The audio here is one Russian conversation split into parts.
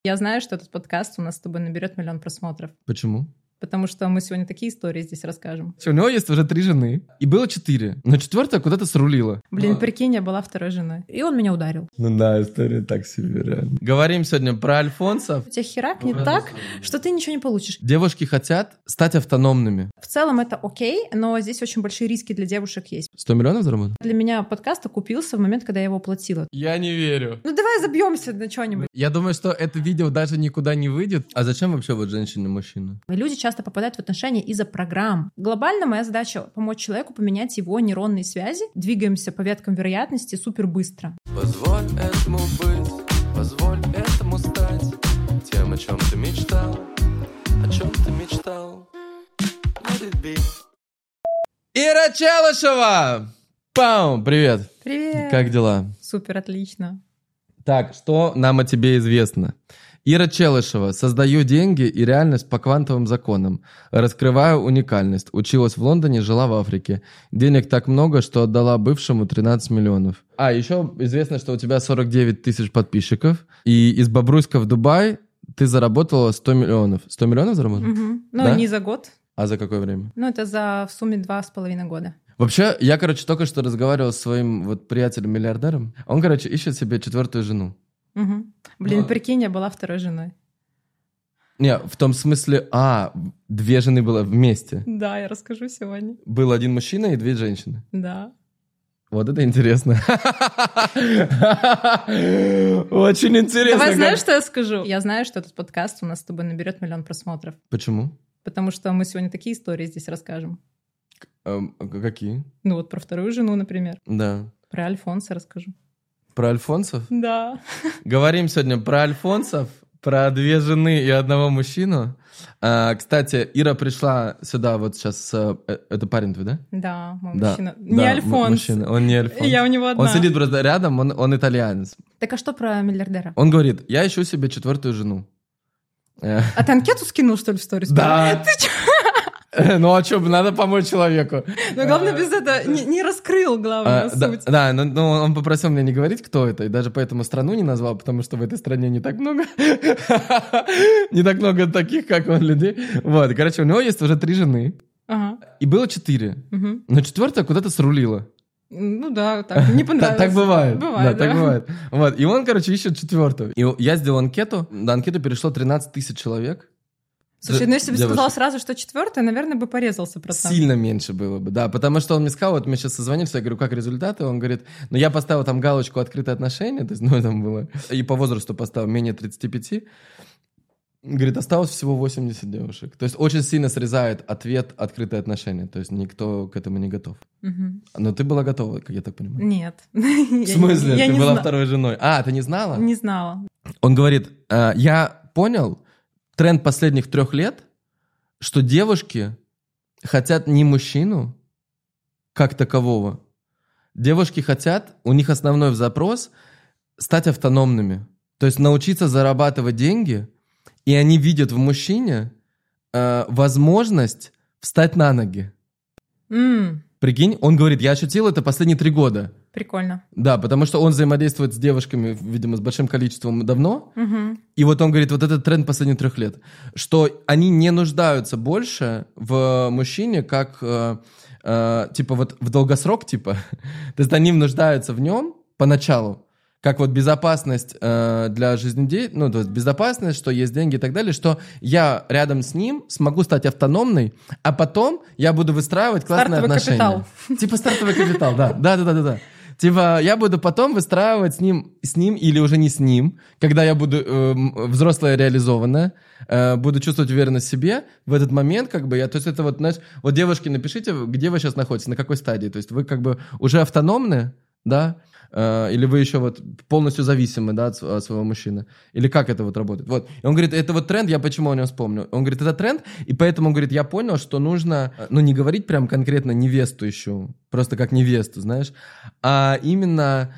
Я знаю, что этот подкаст у нас с тобой наберет 1 000 000 просмотров. Почему? Потому что мы сегодня такие истории здесь расскажем. У него есть уже 3 жены. И было 4. Но 4-я куда-то срулила. Блин, прикинь, я была 2-й женой. И он меня ударил. Ну да, история так себе, реально. Говорим сегодня про альфонсов. У тебя херакнет так, что ты ничего не получишь. Девушки хотят стать автономными. В целом это окей, но здесь очень большие риски для девушек есть. 100 миллионов заработать? Для меня подкаст окупился в момент, когда я его оплатила. Я не верю. Ну давай забьемся на что-нибудь. Я думаю, что это видео даже никуда не выйдет. А зачем вообще вот женщине и мужчина? Люди часто попадают в отношения из-за программ. Глобально моя задача — помочь человеку поменять его нейронные связи. Двигаемся по веткам вероятности супер быстро. Позволь этому быть, позволь этому стать тем, о чем ты мечтал, о чем ты мечтал. Let it be. Ира Челышева! Пау! Привет! Привет! Как дела? Супер, отлично. Так, что нам о тебе известно? Ира Челышева. Создаю деньги и реальность по квантовым законам. Раскрываю уникальность. Училась в Лондоне, жила в Африке. Денег так много, что отдала бывшему 13 миллионов. А, еще известно, что у тебя 49 тысяч подписчиков. И из Бобруйска в Дубай ты заработала 100 миллионов. 100 миллионов заработала? Угу. Ну, Да? не за год. А за какое время? Ну, это в сумме 2,5 года. Вообще, я, только что разговаривал с своим вот приятелем-миллиардером. Он, ищет себе 4-ю жену. Угу. Блин, прикинь, я была 2-й женой. Не, в том смысле, 2 жены было вместе. Да, я расскажу сегодня. Был 1 мужчина и 2 женщины. Да. Вот это интересно. Очень интересно. Давай, знаешь, что я скажу? Я знаю, что этот подкаст у нас с тобой наберет 1 000 000 просмотров. Почему? Потому что мы сегодня такие истории здесь расскажем. Какие? Ну вот про 2-ю жену, например. Да. Про Альфонса расскажу. Про альфонсов? Да. Говорим сегодня про альфонсов, про 2 жены и 1 мужчину. Кстати, Ира пришла сюда вот сейчас. Это парень твой, да? Да, мой Да, мужчина. да, Не Альфонс. Мужчина. Он не Альфонс. Я у него одна. Он сидит просто рядом, он итальянец. Так а что про миллиардера? Он говорит, я ищу себе 4-ю жену. А ты анкету скинул, что ли, в сторис? Да. Ты чё? Ну а что, надо помочь человеку. Но главное, без этого не раскрыл главную суть. Да, но он попросил меня не говорить, кто это, и даже поэтому страну не назвал, потому что в этой стране не так много таких, как он, людей. Вот, у него есть уже 3 жены, Ага. и было 4, Угу. но 4-я куда-то срулила. Ну да, так, не понравилось. Так бывает. Бывает, да. Так бывает. Вот, и он, ищет 4-ю. И я сделал анкету, на анкету перешло 13 тысяч человек. Слушай, ну если бы Девушек. сказал сразу, что 4-я, наверное, бы порезался процент. Сильно меньше было бы, да, потому что он мне сказал, вот мы сейчас созвонились, я говорю, как результаты, он говорит, ну я поставил там галочку «открытые отношения», то есть, там было, и по возрасту поставил менее 35, говорит, осталось всего 80 девушек, то есть очень сильно срезает ответ «открытые отношения», то есть никто к этому не готов. Угу. Но ты была готова, как я так понимаю? Нет. В смысле? Ты была 2-й женой? А, ты не знала? Не знала. Он говорит, я понял, тренд последних 3 лет, что девушки хотят не мужчину как такового. Девушки хотят, у них основной запрос стать автономными. То есть научиться зарабатывать деньги, и они видят в мужчине возможность встать на ноги. Прикинь, он говорит, я ощутил это последние 3 года. Прикольно. Да, потому что он взаимодействует с девушками, видимо, с большим количеством давно. Угу. И вот он говорит, вот этот тренд последних 3 лет, что они не нуждаются больше в мужчине, как типа вот в долгосрок, типа. То есть они нуждаются в нем поначалу, как вот безопасность для жизнедеятельности, ну, то есть безопасность, что есть деньги и так далее, что я рядом с ним смогу стать автономной, а потом я буду выстраивать классные Стартовый отношения. капитал. Типа стартовый капитал, да. Да. Типа, я буду потом выстраивать с ним или уже не с ним, когда я буду взрослая, реализованная, буду чувствовать уверенность в себе, в этот момент, то есть это вот, знаешь, вот девушки, напишите, где вы сейчас находитесь, на какой стадии, то есть вы уже автономны, да, или вы еще вот полностью зависимы, да, от своего мужчины, или как это вот работает. Вот. И он говорит, это вот тренд, я почему о нем вспомнил? Он говорит, это тренд, и поэтому, он говорит, я понял, что нужно, не говорить прям конкретно невесту ищу, просто как невесту, знаешь, а именно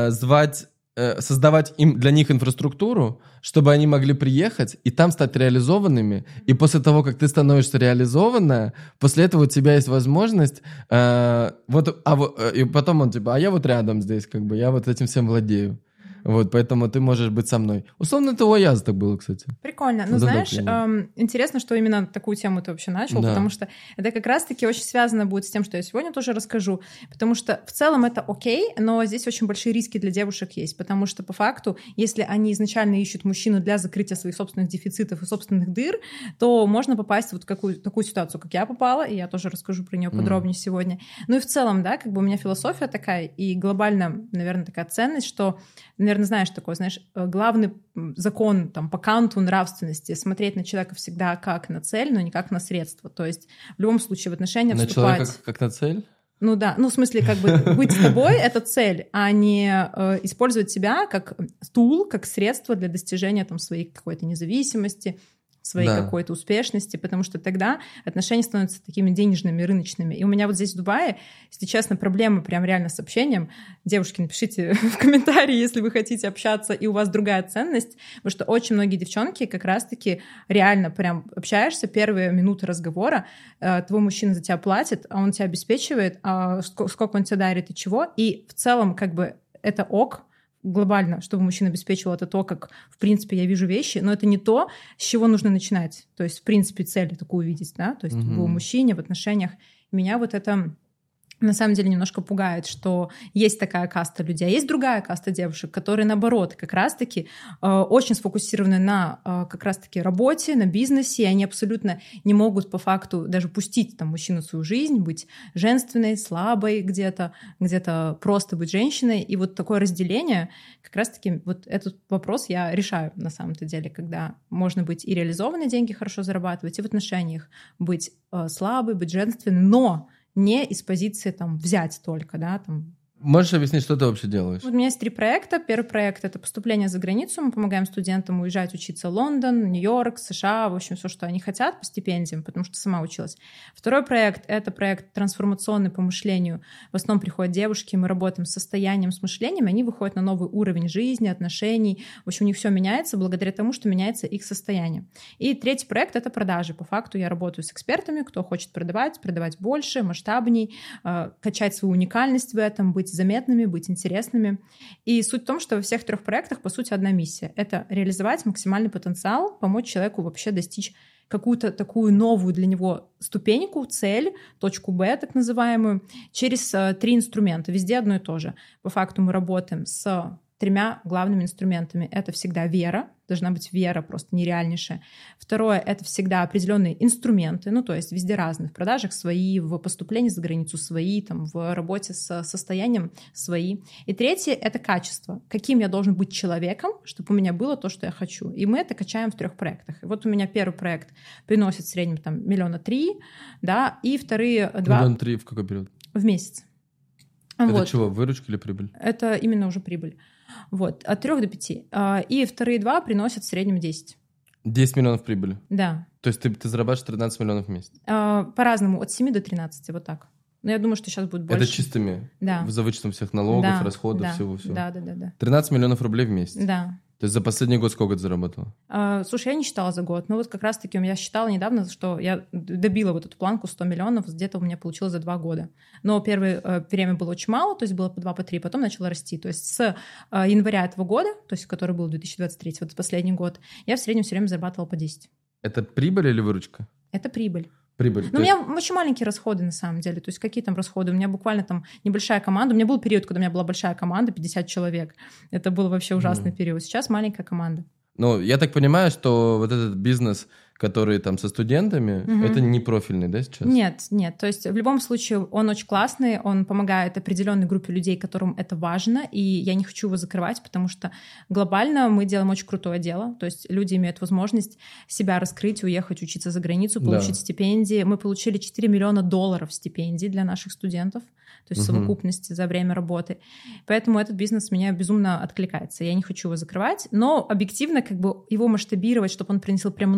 создавать для них инфраструктуру, чтобы они могли приехать и там стать реализованными. И после того, как ты становишься реализованная, после этого у тебя есть возможность... и потом он типа, а я вот рядом здесь, я вот этим всем владею. Вот, поэтому ты можешь быть со мной. Условно, это у Аяза так было, кстати. Прикольно. Ну, знаешь, интересно, что именно такую тему ты вообще начал, потому что это как раз-таки очень связано будет с тем, что я сегодня тоже расскажу, потому что в целом это окей, но здесь очень большие риски для девушек есть, потому что по факту, если они изначально ищут мужчину для закрытия своих собственных дефицитов и собственных дыр, то можно попасть в вот такую ситуацию, как я попала, и я тоже расскажу про нее подробнее сегодня. Ну и в целом, да, как бы у меня философия такая, и глобально, наверное, такая ценность, что, наверное, знаешь такое, знаешь, главный закон там по Канту нравственности — смотреть на человека всегда как на цель, но не как на средство. То есть в любом случае в отношения на вступать... На человека как на цель? Ну да, ну в смысле как бы быть с тобой — это цель, а не использовать себя как тул, как средство для достижения там своей какой-то независимости, своей какой-то успешности, потому что тогда отношения становятся такими денежными, рыночными. И у меня вот здесь в Дубае, если честно, проблемы прям реально с общением. Девушки, напишите в комментарии, если вы хотите общаться, и у вас другая ценность, потому что очень многие девчонки как раз-таки реально прям общаешься, первые минуты разговора, твой мужчина за тебя платит, а он тебя обеспечивает, сколько он тебе дарит и чего, и в целом как бы это ок, глобально, чтобы мужчина обеспечивал, это то, как, в принципе, я вижу вещи, но это не то, с чего нужно начинать. То есть, в принципе, цель такую увидеть, да, то есть в мужчине, в отношениях. Меня вот это на самом деле немножко пугает, что есть такая каста людей, а есть другая каста девушек, которые, наоборот, как раз-таки очень сфокусированы на как раз-таки работе, на бизнесе, и они абсолютно не могут по факту даже пустить там мужчину в свою жизнь, быть женственной, слабой где-то просто быть женщиной. И вот такое разделение, как раз-таки вот этот вопрос я решаю на самом-то деле, когда можно быть и реализованной, деньги хорошо зарабатывать, и в отношениях быть слабой, быть женственной, но не из позиции там взять только, да, там. Можешь объяснить, что ты вообще делаешь? Вот у меня есть 3 проекта. Первый проект — это поступление за границу. Мы помогаем студентам уезжать учиться в Лондон, Нью-Йорк, США, в общем, все, что они хотят по стипендиям, потому что сама училась. Второй проект — это проект трансформационный по мышлению. В основном приходят девушки, мы работаем с состоянием, с мышлением, и они выходят на новый уровень жизни, отношений. В общем, у них все меняется благодаря тому, что меняется их состояние. И третий проект — это продажи. По факту я работаю с экспертами, кто хочет продавать больше, масштабней, качать свою уникальность в этом, быть заметными, быть интересными. И суть в том, что во всех 3 проектах, по сути, одна миссия. Это реализовать максимальный потенциал, помочь человеку вообще достичь какую-то такую новую для него ступеньку, цель, точку Б, так называемую, через 3 инструмента. Везде одно и то же. По факту мы работаем с 3 главными инструментами. Это всегда вера, должна быть вера просто нереальнейшая. Второе — это всегда определенные инструменты, ну то есть везде разные, в продажах свои, в поступлении за границу свои, там, в работе с состоянием свои. И третье — это качество. Каким я должен быть человеком, чтобы у меня было то, что я хочу. И мы это качаем в 3 проектах. И вот у меня первый проект приносит в среднем там 3 миллиона, да, и вторые 2... 3 миллиона в какой период? В месяц. Это вот. Чего, выручка или прибыль? Это именно уже прибыль. Вот, от 3 до 5. И вторые 2 приносят в среднем 10. 10 миллионов прибыли? Да. То есть ты зарабатываешь 13 миллионов в месяц? По-разному, от 7 до 13, вот так. Но я думаю, что сейчас будет больше. Это чистыми? Да. За вычетом всех налогов, да, расходов, да, всего. Да. 13 миллионов рублей в месяц? Да. То есть за последний год сколько ты заработала? Слушай, я не считала за год. Но вот как раз-таки я считала недавно, что я добила вот эту планку 100 миллионов, где-то у меня получилось за 2 года. Но первое время было очень мало, то есть было по 2, по 3, потом начало расти. То есть с января этого года, то есть который был 2023, вот последний год, я в среднем все время зарабатывала по 10. Это прибыль или выручка? Это прибыль. Прибыль. Ну, у меня очень маленькие расходы, на самом деле. То есть какие там расходы? У меня буквально там небольшая команда. У меня был период, когда у меня была большая команда, 50 человек. Это был вообще ужасный период. Сейчас маленькая команда. Ну, я так понимаю, что вот этот бизнес, который там со студентами, это не профильный, да, сейчас? Нет. То есть в любом случае он очень классный, он помогает определенной группе людей, которым это важно, и я не хочу его закрывать, потому что глобально мы делаем очень крутое дело. То есть люди имеют возможность себя раскрыть, уехать учиться за границу, получить стипендии. Мы получили $4 миллиона стипендий для наших студентов, то есть в совокупности за время работы. Поэтому этот бизнес меня безумно откликается. Я не хочу его закрывать, но объективно как бы его масштабировать, чтобы он приносил прям много денег,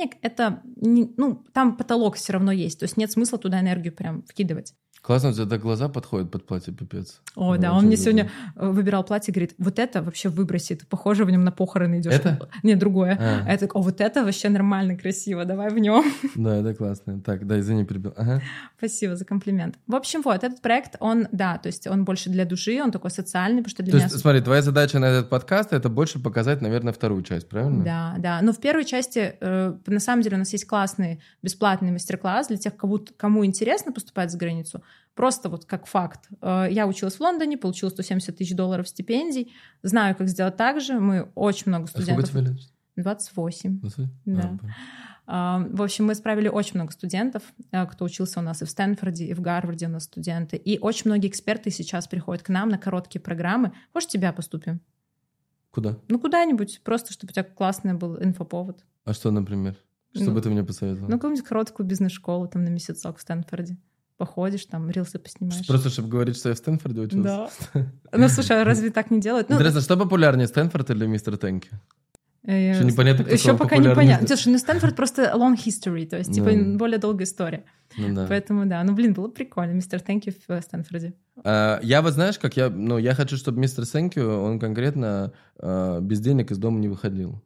денег, это, там потолок все равно есть, то есть нет смысла туда энергию прям вкидывать. Классно, у тебя так глаза подходят под платье, пипец. О, да, он мне сегодня выбирал платье, говорит, вот это вообще выброси, ты похоже в нем на похороны идешь. Это? Нет, другое. А я такой, вот это вообще нормально, красиво, давай в нем. Да, это классно. Так, да, извини, перебил. Ага. Спасибо за комплимент. В общем, вот, этот проект, он, да, то есть он больше для души, он такой социальный, потому что для меня... То есть, смотри, твоя задача на этот подкаст — это больше показать, наверное, вторую часть, правильно? Да, да. Но в первой части, на самом деле, у нас есть классный бесплатный мастер-класс для тех, кому интересно поступать за границу. Просто вот как факт. Я училась в Лондоне, получила $170 000 стипендий. Знаю, как сделать так же. Мы очень много студентов... А сколько тебе лет? 28. 28? Да. В общем, мы справили очень много студентов, кто учился у нас и в Стэнфорде, и в Гарварде у нас студенты. И очень многие эксперты сейчас приходят к нам на короткие программы. Может, тебя поступим? Куда? Ну, куда-нибудь, просто чтобы у тебя классный был инфоповод. А что, например? Что бы ты мне посоветовал? Ну, какую-нибудь короткую бизнес-школу там на месяцок в Стэнфорде. Походишь, там, рилсы поснимаешь. Просто, чтобы говорить, что я в Стэнфорде учился? Да. Ну, слушай, а разве так не делают? Интересно, что популярнее, Стэнфорд или мистер Тенки? Еще непонятно, кто еще пока непонятно. Слушай, ну Стэнфорд просто long history, то есть, типа, более долгая история. Ну, да. Поэтому, да. Ну, блин, было прикольно. Мистер Тенки в Стэнфорде. Я вот, знаешь, как я хочу, чтобы мистер Тенки, он конкретно без денег из дома не выходил.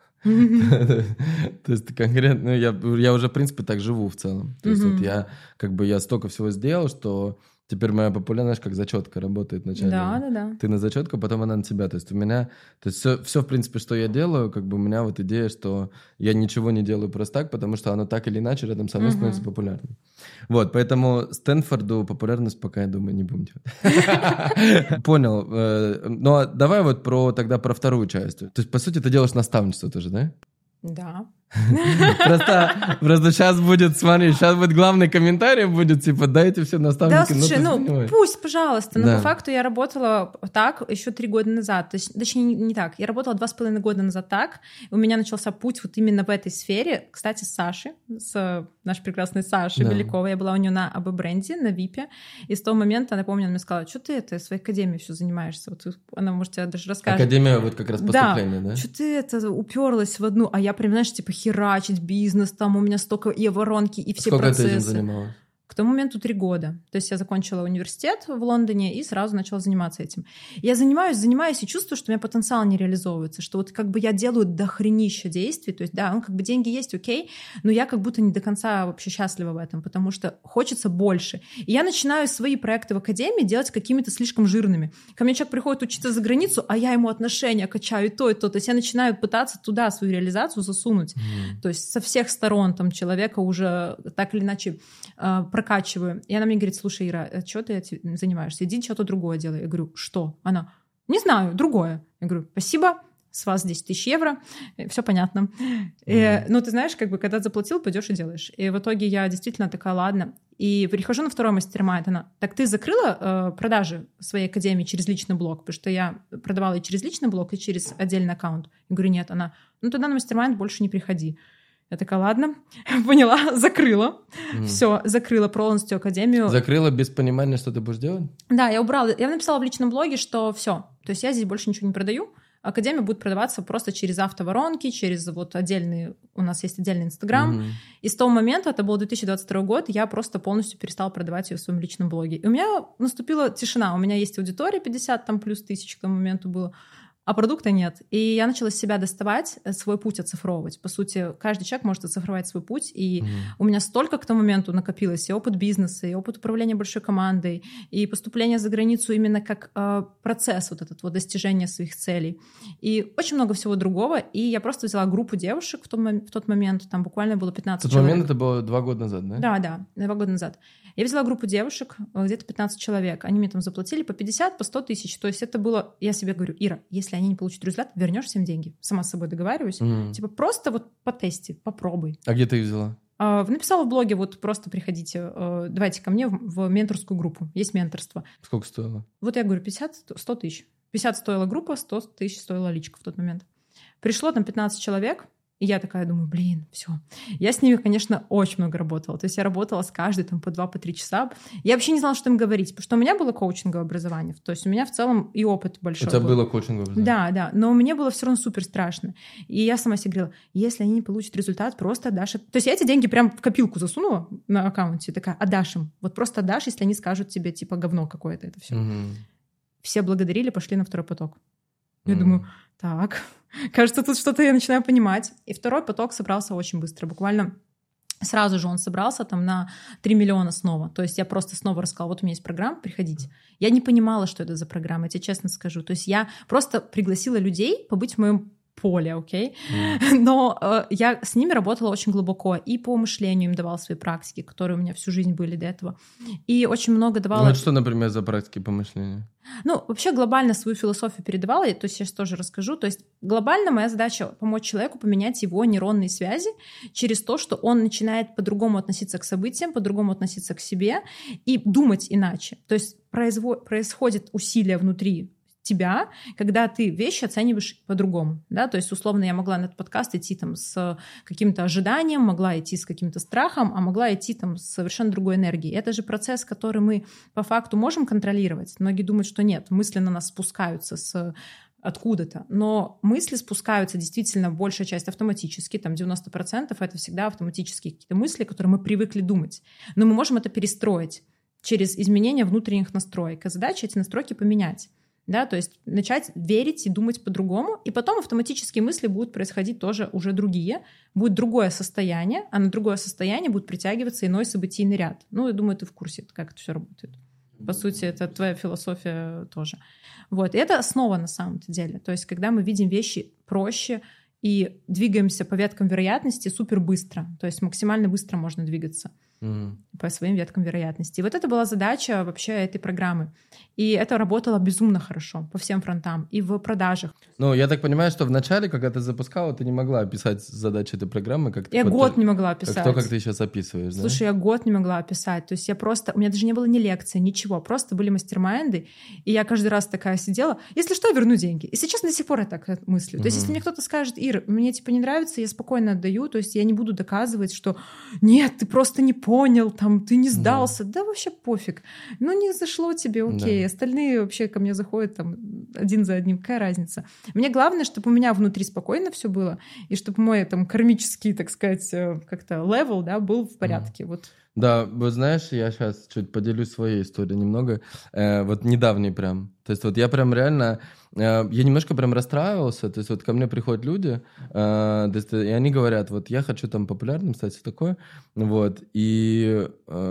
То есть конкретно, я уже, в принципе, так живу в целом. То есть вот я столько всего сделал, что теперь моя популярность как зачетка работает вначале. Да. Ты на зачетку, потом она на тебя. То есть у меня, все, в принципе, что я делаю, как бы у меня вот идея, что я ничего не делаю просто так, потому что оно так или иначе рядом со мной становится популярным. Вот, поэтому Стэнфорду популярность пока, я думаю, не будем делать. Понял. Но давай вот тогда про вторую часть. То есть, по сути, ты делаешь наставничество тоже, да? Да. Просто сейчас будет, смотри, сейчас будет главный комментарий, будет типа, дайте все наставники. Да, слушай, пусть, пожалуйста. Но по факту я работала так еще 3 года назад. Точнее, не так. Я работала 2,5 года назад так. У меня начался путь вот именно в этой сфере. Кстати, с Сашей, с нашей прекрасной Сашей Беляковой. Я была у нее на АБ-бренде, на ВИПе. И с того момента, она, помню, она мне сказала, что ты в своей академии все занимаешься? Вот она, может, тебе даже расскажет. Академия вот как раз поступления, да? Что ты уперлась в одну, а я прям, знаешь, типа херачить бизнес, там у меня столько и воронки, и все процессы. Сколько ты этим занималась? К тому моменту 3 года. То есть я закончила университет в Лондоне и сразу начала заниматься этим. Я занимаюсь и чувствую, что у меня потенциал не реализовывается, что вот как бы я делаю дохренища действий, то есть да, ну как бы деньги есть, окей, но я как будто не до конца вообще счастлива в этом, потому что хочется больше. И я начинаю свои проекты в академии делать какими-то слишком жирными. Ко мне человек приходит учиться за границу, а я ему отношения качаю и то, и то. То есть я начинаю пытаться туда свою реализацию засунуть. То есть со всех сторон там человека уже так или иначе прокачиваю. И она мне говорит, слушай, Ира, что ты занимаешься? Иди что-то другое делай. Я говорю, что? Она, не знаю, другое. Я говорю, спасибо, с вас 10 000 евро, все понятно. Ну, ты знаешь, как бы, когда заплатил, пойдешь и делаешь. И в итоге я действительно такая, ладно. И прихожу на второй мастер-майнд, она, так ты закрыла продажи своей академии через личный блог? Потому что я продавала и через личный блог, и через отдельный аккаунт. Я говорю, нет. Она, ну, тогда на мастер-майнд больше не приходи. Я такая, ладно, поняла, закрыла. Все, закрыла полностью академию. Закрыла без понимания, что ты будешь делать? Да, я убрала. Я написала в личном блоге, что все. То есть я здесь больше ничего не продаю. Академия будет продаваться просто через автоворонки, через вот отдельный... У нас есть отдельный Инстаграм. И с того момента, это был 2022 год, я просто полностью перестала продавать ее в своем личном блоге. И у меня наступила тишина. У меня есть аудитория 50 там плюс тысяч к тому моменту было. А продукта нет. И я начала с себя доставать, свой путь оцифровывать. По сути, каждый человек может оцифровать свой путь. И у меня столько к тому моменту накопилось и опыт бизнеса, и опыт управления большой командой, и поступление за границу именно как процесс вот этот вот достижения своих целей. И очень много всего другого. И я просто взяла группу девушек в тот момент. Там буквально было 15 человек. В тот момент это было 2 года назад, да? Да, 2 года назад. Я взяла группу девушек, где-то 15 человек. Они мне там заплатили по 50, по 100 тысяч. То есть это было... Я себе говорю, Ира, если они не получат результат, вернешь всем деньги. Сама с собой договариваюсь. Типа просто вот потести, попробуй. А где ты их взяла? Написала в блоге, вот просто приходите, давайте ко мне в менторскую группу. Есть менторство. Сколько стоило? Вот я говорю, 50-100 тысяч. 50 стоила группа, 100 тысяч стоила личка в тот момент. Пришло там 15 человек. И я такая думаю, все. Я с ними, конечно, очень много работала. То есть я работала с каждой там по 2-3 часа. Я вообще не знала, что им говорить, потому что у меня было коучинговое образование. То есть у меня в целом и опыт большой. У тебя был. было коучинговое образование? Да. Но мне было все равно супер страшно. И я сама себе говорила, если они не получат результат, просто отдашь. То есть я эти деньги прям в копилку засунула на аккаунте. Такая, отдашь им. Вот просто отдашь, если они скажут тебе, типа, говно какое-то это все. Все благодарили, пошли на второй поток. Я думаю, так, кажется, тут что-то я начинаю понимать. И второй поток собрался очень быстро. Буквально сразу же он собрался там на 3 миллиона снова. То есть я просто снова рассказала, вот у меня есть программа, приходите. Я не понимала, что это за программа, я тебе честно скажу. То есть я просто пригласила людей побыть в моем поле, окей? Но я с ними работала очень глубоко. И по мышлению им давала свои практики, которые у меня всю жизнь были до этого. И очень много давала... Вот что, например, за практики по мышлению? Ну, вообще глобально свою философию передавала, то есть я сейчас тоже расскажу. То есть глобально моя задача — помочь человеку поменять его нейронные связи через то, что он начинает по-другому относиться к событиям, по-другому относиться к себе и думать иначе. То есть происходит усилие внутри тебя, когда ты вещи оцениваешь по-другому, да, то есть условно я могла на этот подкаст идти там с каким-то ожиданием, могла идти с каким-то страхом, а могла идти там с совершенно другой энергией. Это же процесс, который мы по факту можем контролировать. Многие думают, что нет, мысли на нас спускаются с откуда-то, но мысли спускаются действительно большая часть автоматически, там 90% это всегда автоматические какие-то мысли, которые мы привыкли думать, но мы можем это перестроить через изменение внутренних настроек. И задача эти настройки поменять. Да, то есть начать верить и думать по-другому, и потом автоматические мысли будут происходить тоже уже другие, будет другое состояние, а на другое состояние будет притягиваться иной событийный ряд. Ну, я думаю, ты в курсе, как это все работает. По сути, это твоя философия тоже. Вот, и это основа на самом-то деле. То есть когда мы видим вещи проще и двигаемся по веткам вероятности супер быстро, то есть максимально быстро можно двигаться по своим веткам вероятности. И вот это была задача вообще этой программы. И это работало безумно хорошо по всем фронтам. И в продажах. Ну, я так понимаю, что вначале, когда ты запускала, ты не могла описать задачи этой программы. Как я год не могла описать. Как ты сейчас описываешь. Слушай, я год не могла описать. То есть я просто... У меня даже не было ни лекции, ничего. Просто были мастер-майнды. И я каждый раз такая сидела. Если что, я верну деньги. И сейчас до сих пор я так мыслю. То есть если мне кто-то скажет, Ир, мне типа не нравится, я спокойно отдаю. То есть я не буду доказывать, что нет, ты просто не понял, там, ты не сдался. Да вообще пофиг. Ну, не зашло тебе, окей. Да. Остальные вообще ко мне заходят там один за одним. Какая разница? Мне главное, чтобы у меня внутри спокойно все было, и чтобы мой там кармический, так сказать, как-то level, да, был в порядке. Вот. Да, вот знаешь, я сейчас чуть поделюсь своей историей немного. Вот недавней прям. То есть вот я прям реально... Я немножко прям расстраивался. То есть вот ко мне приходят люди, то есть, и они говорят, вот я хочу там популярным стать, все такое. Вот. И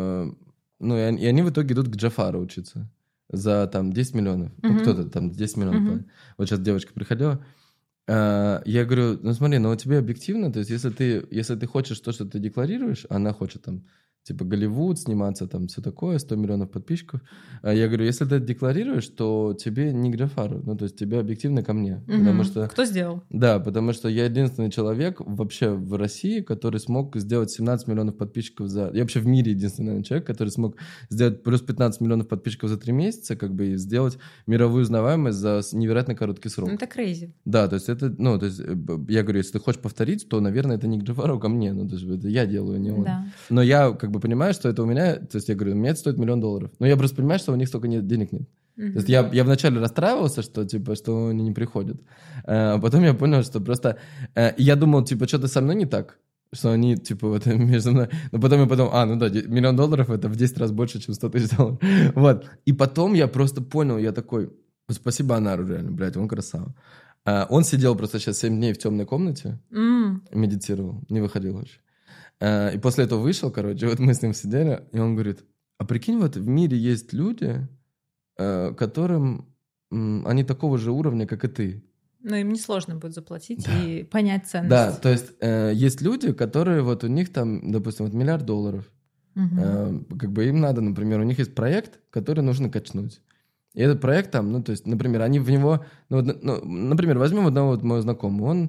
они в итоге идут к Джафару учиться за там 10 миллионов. Ну, кто-то там 10 миллионов. Вот сейчас девочка приходила. Я говорю, ну смотри, ну у тебя объективно, то есть если ты хочешь то, что ты декларируешь, она хочет там типа Голливуд, сниматься там, все такое, 100 миллионов подписчиков. Я говорю, если ты декларируешь, то тебе не к Джафару, ну, то есть тебе объективно ко мне. Потому что... Кто сделал? Да, потому что я единственный человек вообще в России, который смог сделать 17 миллионов подписчиков за... Я вообще в мире единственный, наверное, человек, который смог сделать плюс 15 миллионов подписчиков за 3 месяца, как бы, и сделать мировую узнаваемость за невероятно короткий срок. Это crazy. Да, то есть это, ну, то есть я говорю, если ты хочешь повторить, то, наверное, это не к Джафару, а ко мне, ну, то есть это я делаю, не он. Да. Но я, как бы, понимаю, что это у меня, то есть я говорю, у меня это стоит $1 миллион. Но я просто понимаю, что у них столько денег нет. То есть я вначале расстраивался, что, типа, что они не приходят. А потом я понял, что просто... Я думал, типа, что-то со мной не так, что они, типа, вот между мной... Но потом я подумал, ну да, $1 миллион это в 10 раз больше, чем $100 000. Вот. И потом я просто понял, я такой, спасибо Анару, реально, блядь, он красава. Он сидел просто сейчас 7 дней в темной комнате, медитировал, не выходил вообще. И после этого вышел, короче, вот мы с ним сидели, и он говорит, а прикинь, вот в мире есть люди, которым они такого же уровня, как и ты. Но им несложно будет заплатить и понять ценность. Да, то есть есть люди, которые вот у них там, допустим, вот $1 миллиард. Как бы им надо, например, у них есть проект, который нужно качнуть. И этот проект там, ну, то есть, например, они в него... например, возьмем одного вот моего знакомого. Он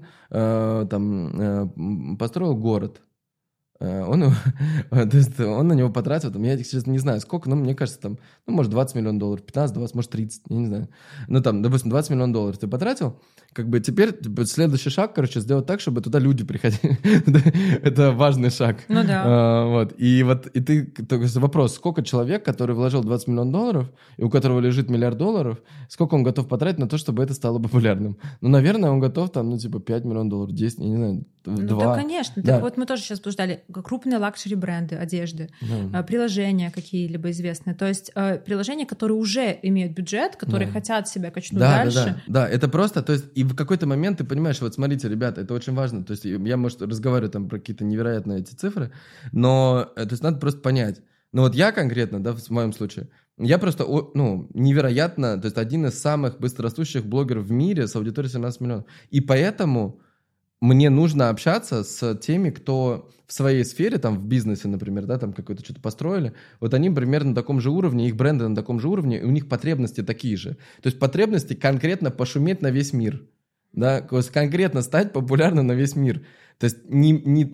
построил город. Он на него потратил, там, я сейчас не знаю сколько, но мне кажется, там, ну, может, $20 миллионов, 15, 20, может, 30, я не знаю. Ну, там, допустим, $20 миллионов ты потратил, как бы теперь следующий шаг, короче, сделать так, чтобы туда люди приходили. Это важный шаг. Ну да. Вот. И ты, вопрос, сколько человек, который вложил $20 миллионов, и у которого лежит $1 миллиард, сколько он готов потратить на то, чтобы это стало популярным? Ну, наверное, он готов там, $5 миллионов, 10, я не знаю, 2. Ну, да, конечно. Да. Так вот мы тоже сейчас обсуждали крупные лакшери-бренды одежды, приложения какие-либо известные. То есть приложения, которые уже имеют бюджет, которые хотят себя качнуть дальше. Да, это просто, то есть и в какой-то момент ты понимаешь, вот смотрите, ребята, это очень важно, то есть я, может, разговариваю там про какие-то невероятные эти цифры, но, то есть надо просто понять. Ну вот я конкретно, да, в моем случае, я просто, невероятно, то есть один из самых быстрорастущих блогеров в мире с аудиторией 17 миллионов. И поэтому мне нужно общаться с теми, кто в своей сфере, там, в бизнесе, например, да, там какое-то что-то построили, вот они примерно на таком же уровне, их бренды на таком же уровне, и у них потребности такие же. То есть потребности конкретно пошуметь на весь мир, да, то есть конкретно стать популярным на весь мир. То есть не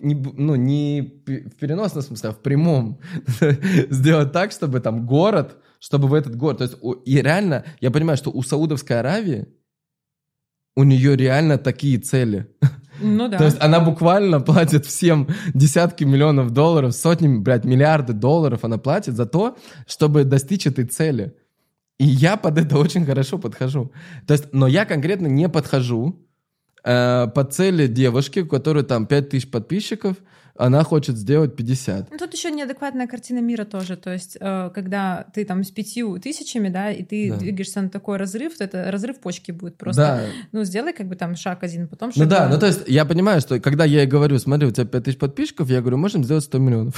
в переносном смысле, а в прямом. Сделать так, чтобы там город, чтобы в этот город... То есть и реально, я понимаю, что у Саудовской Аравии у нее реально такие цели. Ну да. То есть она буквально платит всем десятки миллионов долларов, сотни, миллиарды долларов она платит за то, чтобы достичь этой цели. И я под это очень хорошо подхожу. То есть, но я конкретно не подхожу по цели девушки, у которой там 5000 подписчиков, она хочет сделать 50. Ну, тут еще неадекватная картина мира тоже. То есть, когда ты там с 5000, да, и ты двигаешься на такой разрыв, то это разрыв почки будет просто. Ну, сделай как бы там шаг один, потом шаг два. Ну, то есть, я понимаю, что когда я ей говорю, смотри, у тебя 5000 подписчиков, я говорю, можем сделать 100 миллионов.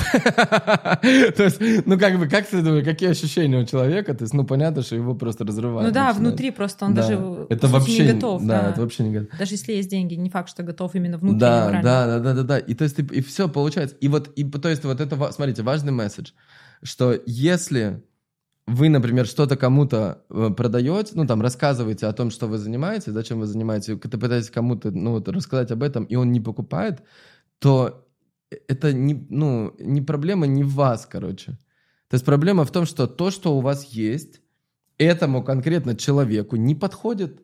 То есть, ну, как бы, как ты думаешь, какие ощущения у человека? То есть, ну, понятно, что его просто разрывает. Ну да, внутри просто он даже не готов. Да, это вообще не готов. Даже если есть деньги, не факт, что готов именно внутри. Да. И то есть, и все получается. То есть, вот это, смотрите, важный месседж, что если вы, например, что-то кому-то продаете, ну, там, рассказываете о том, что вы занимаетесь, да, чем вы занимаетесь, вы пытаетесь кому-то, рассказать об этом, и он не покупает, то это не проблема не в вас, короче. То есть проблема в том, что то, что у вас есть, этому конкретно человеку не подходит,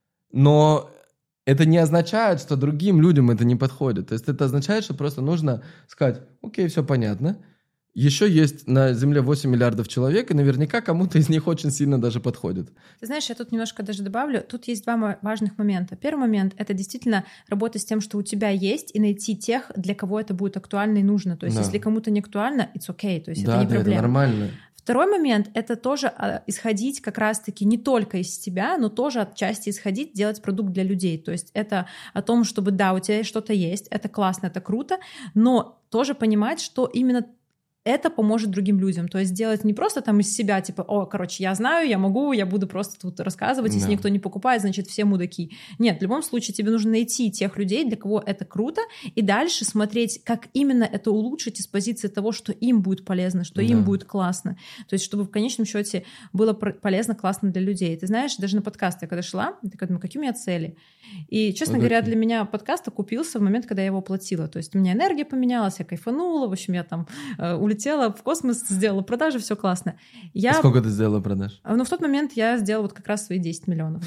но это не означает, что другим людям это не подходит. То есть это означает, что просто нужно сказать, окей, все понятно. Еще есть на Земле 8 миллиардов человек, и наверняка кому-то из них очень сильно даже подходит. Ты знаешь, я тут немножко даже добавлю. Тут есть два важных момента. Первый момент — это действительно работа с тем, что у тебя есть, и найти тех, для кого это будет актуально и нужно. То есть если кому-то не актуально, it's okay, то есть это не проблема. Это нормально. Второй момент — это тоже исходить как раз-таки не только из себя, но тоже отчасти исходить, делать продукт для людей. То есть это о том, чтобы, да, у тебя что-то есть, это классно, это круто, но тоже понимать, что именно это поможет другим людям. То есть делать не просто там из себя, типа, я знаю, я могу, я буду просто тут рассказывать, если никто не покупает, значит, все мудаки. Нет, в любом случае тебе нужно найти тех людей, для кого это круто, и дальше смотреть, как именно это улучшить из позиции того, что им будет полезно, что им будет классно. То есть чтобы в конечном счете было полезно, классно для людей. Ты знаешь, даже на подкаст я когда шла, я такая думаю, какие у меня цели? И, честно говоря, для меня подкаст окупился в момент, когда я его оплатила. То есть у меня энергия поменялась, я кайфанула, в общем, я там улетела в космос, сделала продажи, все классно. Сколько ты сделала продаж? Ну, в тот момент я сделала вот как раз свои 10 миллионов,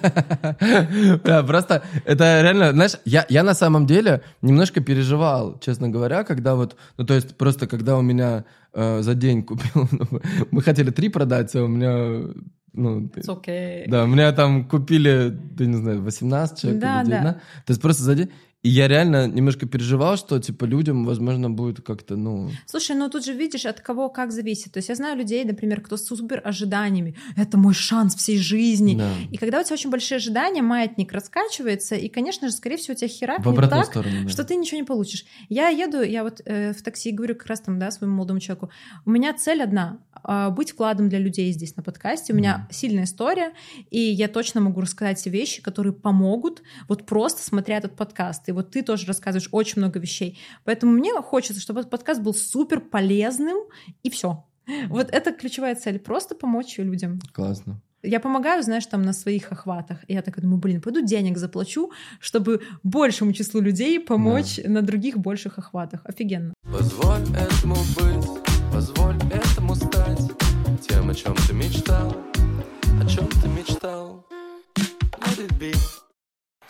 да. Да, просто это реально, знаешь, я на самом деле немножко переживал, честно говоря, когда то есть просто когда у меня за день купил, мы хотели 3 продать, а у меня... It's okay. Да, у меня там купили, не знаю, 18 человек или 19. Да. То есть просто за день... И я реально немножко переживал, что, типа, людям, возможно, будет как-то, Слушай, тут же видишь, от кого как зависит. То есть я знаю людей, например, кто с супер ожиданиями. Это мой шанс всей жизни. Да. И когда у тебя очень большие ожидания, маятник раскачивается, и, конечно же, скорее всего, у тебя херакнет так, сторону, что ты ничего не получишь. Я еду, в такси говорю как раз там, да, своему молодому человеку, у меня цель одна — быть вкладом для людей здесь на подкасте. У меня сильная история, и я точно могу рассказать все вещи, которые помогут, вот просто смотря этот подкаст. И вот ты тоже рассказываешь очень много вещей. Поэтому мне хочется, чтобы этот подкаст был супер полезным, и все. Вот это ключевая цель. Просто помочь людям. Классно. Я помогаю, знаешь, там на своих охватах. И я так думаю, пойду денег заплачу, чтобы большему числу людей помочь на других больших охватах. Офигенно. Позволь этому быть, позволь этому стать тем, о чем ты мечтал, о чем ты мечтал. Let it be.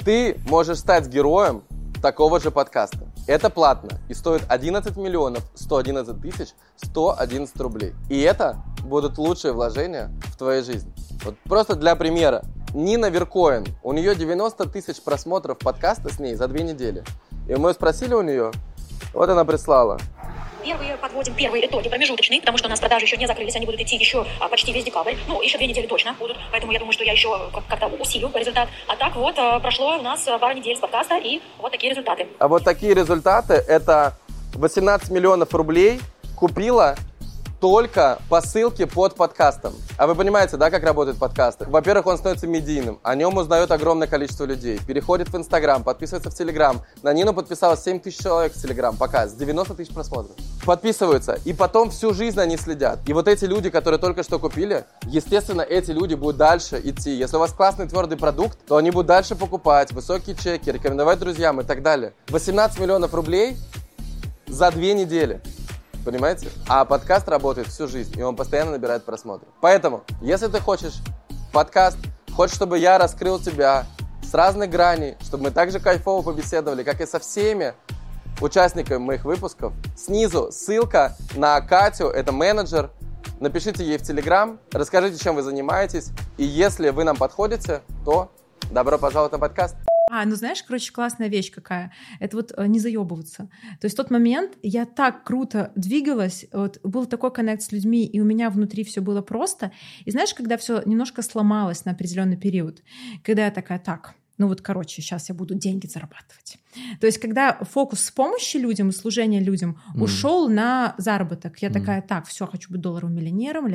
ты можешь стать героем такого же подкаста. Это платно и стоит 11 миллионов 111 тысяч 111 рублей. И это будут лучшие вложения в твоей жизни. Вот просто для примера. Нина Веркоин, у нее 90 тысяч просмотров подкаста с ней за 2 недели. И мы спросили у нее, вот она прислала. Подводим первые итоги промежуточные, потому что у нас продажи еще не закрылись, они будут идти еще почти весь декабрь, еще 2 недели точно будут, поэтому я думаю, что я еще как-то усилю результат. А так вот, прошло у нас пару недель с подкаста, и вот такие результаты. А вот такие результаты, это 18 миллионов рублей купила только по ссылке под подкастом. А вы понимаете, да, как работают подкасты? Во-первых, он становится медийным, о нем узнает огромное количество людей, переходит в Инстаграм, подписывается в Телеграм. На Нину подписалось 7 тысяч человек в Телеграм пока, с 90 тысяч просмотров. Подписываются, и потом всю жизнь они следят. И вот эти люди, которые только что купили, естественно, эти люди будут дальше идти. Если у вас классный твердый продукт, то они будут дальше покупать, высокие чеки, рекомендовать друзьям и так далее. 18 миллионов рублей за 2 недели. Понимаете? А подкаст работает всю жизнь, и он постоянно набирает просмотры. Поэтому, если ты хочешь подкаст, хочешь, чтобы я раскрыл тебя с разных граней, чтобы мы так же кайфово побеседовали, как и со всеми участниками моих выпусков, снизу ссылка на Катю, это менеджер. Напишите ей в Телеграм, расскажите, чем вы занимаетесь, и если вы нам подходите, то добро пожаловать на подкаст. Знаешь, классная вещь какая. Это вот не заебываться. То есть в тот момент я так круто двигалась, вот был такой коннект с людьми, и у меня внутри все было просто. И знаешь, когда все немножко сломалось на определенный период, когда я такая, сейчас я буду деньги зарабатывать. То есть когда фокус с помощью людям и служения людям ушел на заработок, я такая, все, хочу быть долларовым миллионером,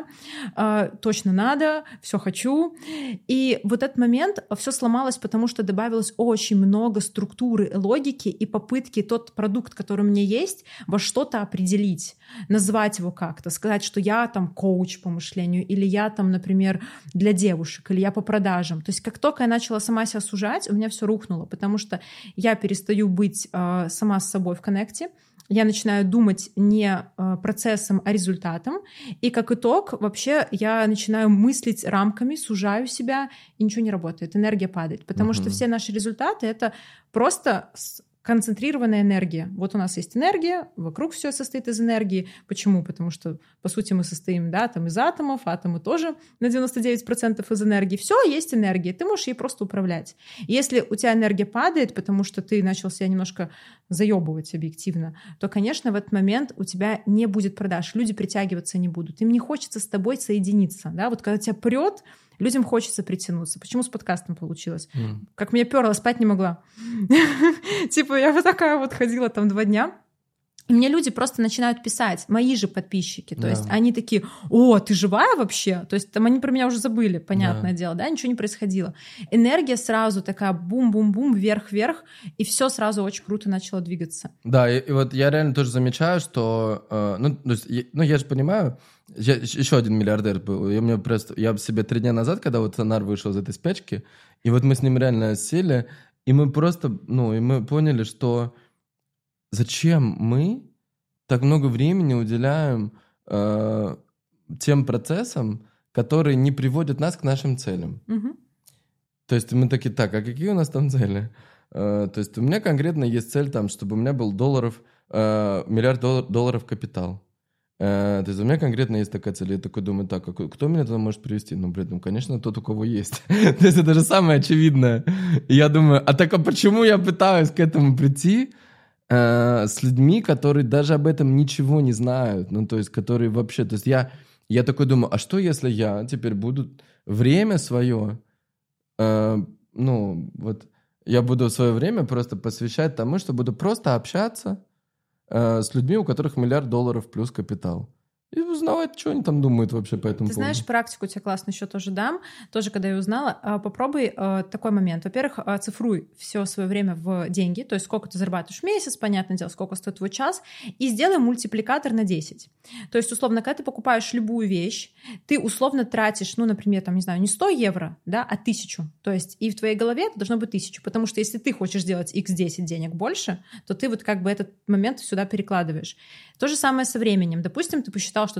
точно надо, все хочу. И вот этот момент все сломалось, потому что добавилось очень много структуры, логики и попытки тот продукт, который у меня есть, во что-то определить, назвать его как-то, сказать, что я там коуч по мышлению, или я там, например, для девушек, или я по продажам. То есть как только я начала сама себя сужать, у меня все рухнуло, потому что я перестаю быть сама с собой в коннекте, я начинаю думать не процессом, а результатом, и как итог вообще я начинаю мыслить рамками, сужаю себя, и ничего не работает, энергия падает, потому что все наши результаты — это просто концентрированная энергия. Вот у нас есть энергия, вокруг все состоит из энергии. Почему? Потому что, по сути, мы состоим, из атомов, атомы тоже на 99% из энергии. Все есть энергия, ты можешь ей просто управлять. Если у тебя энергия падает, потому что ты начал себя немножко заебывать объективно, то, конечно, в этот момент у тебя не будет продаж, люди притягиваться не будут, им не хочется с тобой соединиться. Да? Вот когда тебя прет, людям хочется притянуться. Почему с подкастом получилось? Как меня перло, спать не могла. Я вот такая вот ходила 2 дня. И мне люди просто начинают писать, мои же подписчики. То есть они такие, ты живая вообще? То есть там они про меня уже забыли, понятное дело, да? Ничего не происходило. Энергия сразу такая бум-бум-бум, вверх-вверх, и все сразу очень круто начало двигаться. Да, и вот я реально тоже замечаю, что... я же понимаю, я еще один миллиардер был. Я себе 3 дня назад, когда вот Сонар вышел из этой спячки, и вот мы с ним реально сели, и мы просто, и мы поняли, что зачем мы так много времени уделяем тем процессам, которые не приводят нас к нашим целям. То есть мы такие, а какие у нас там цели? То есть у меня конкретно есть цель, чтобы у меня был миллиард долларов капитал. То есть у меня конкретно есть такая цель. Я такой думаю, кто меня туда может привести? Конечно, тот, у кого есть. То есть это же самое очевидное. И я думаю, а почему я пытаюсь к этому прийти с людьми, которые даже об этом ничего не знают? Которые вообще... То есть я такой думаю, а что, если я теперь буду время свое... я буду свое время просто посвящать тому, что буду просто общаться с людьми, у которых $1 миллиард плюс капитал. И узнавать, что они там думают вообще по этому поводу. Ты знаешь, практику тебе классно еще тоже дам. Тоже, когда я узнала, попробуй такой момент. Во-первых, цифруй все свое время в деньги, то есть сколько ты зарабатываешь в месяц, понятное дело, сколько стоит твой час, и сделай мультипликатор на 10. То есть, условно, когда ты покупаешь любую вещь, ты условно тратишь, например, не 100 евро, да, а 1000. То есть и в твоей голове это должно быть 1000, потому что если ты хочешь сделать x10 денег больше, то ты этот момент сюда перекладываешь. То же самое со временем. Допустим, ты посчитал, что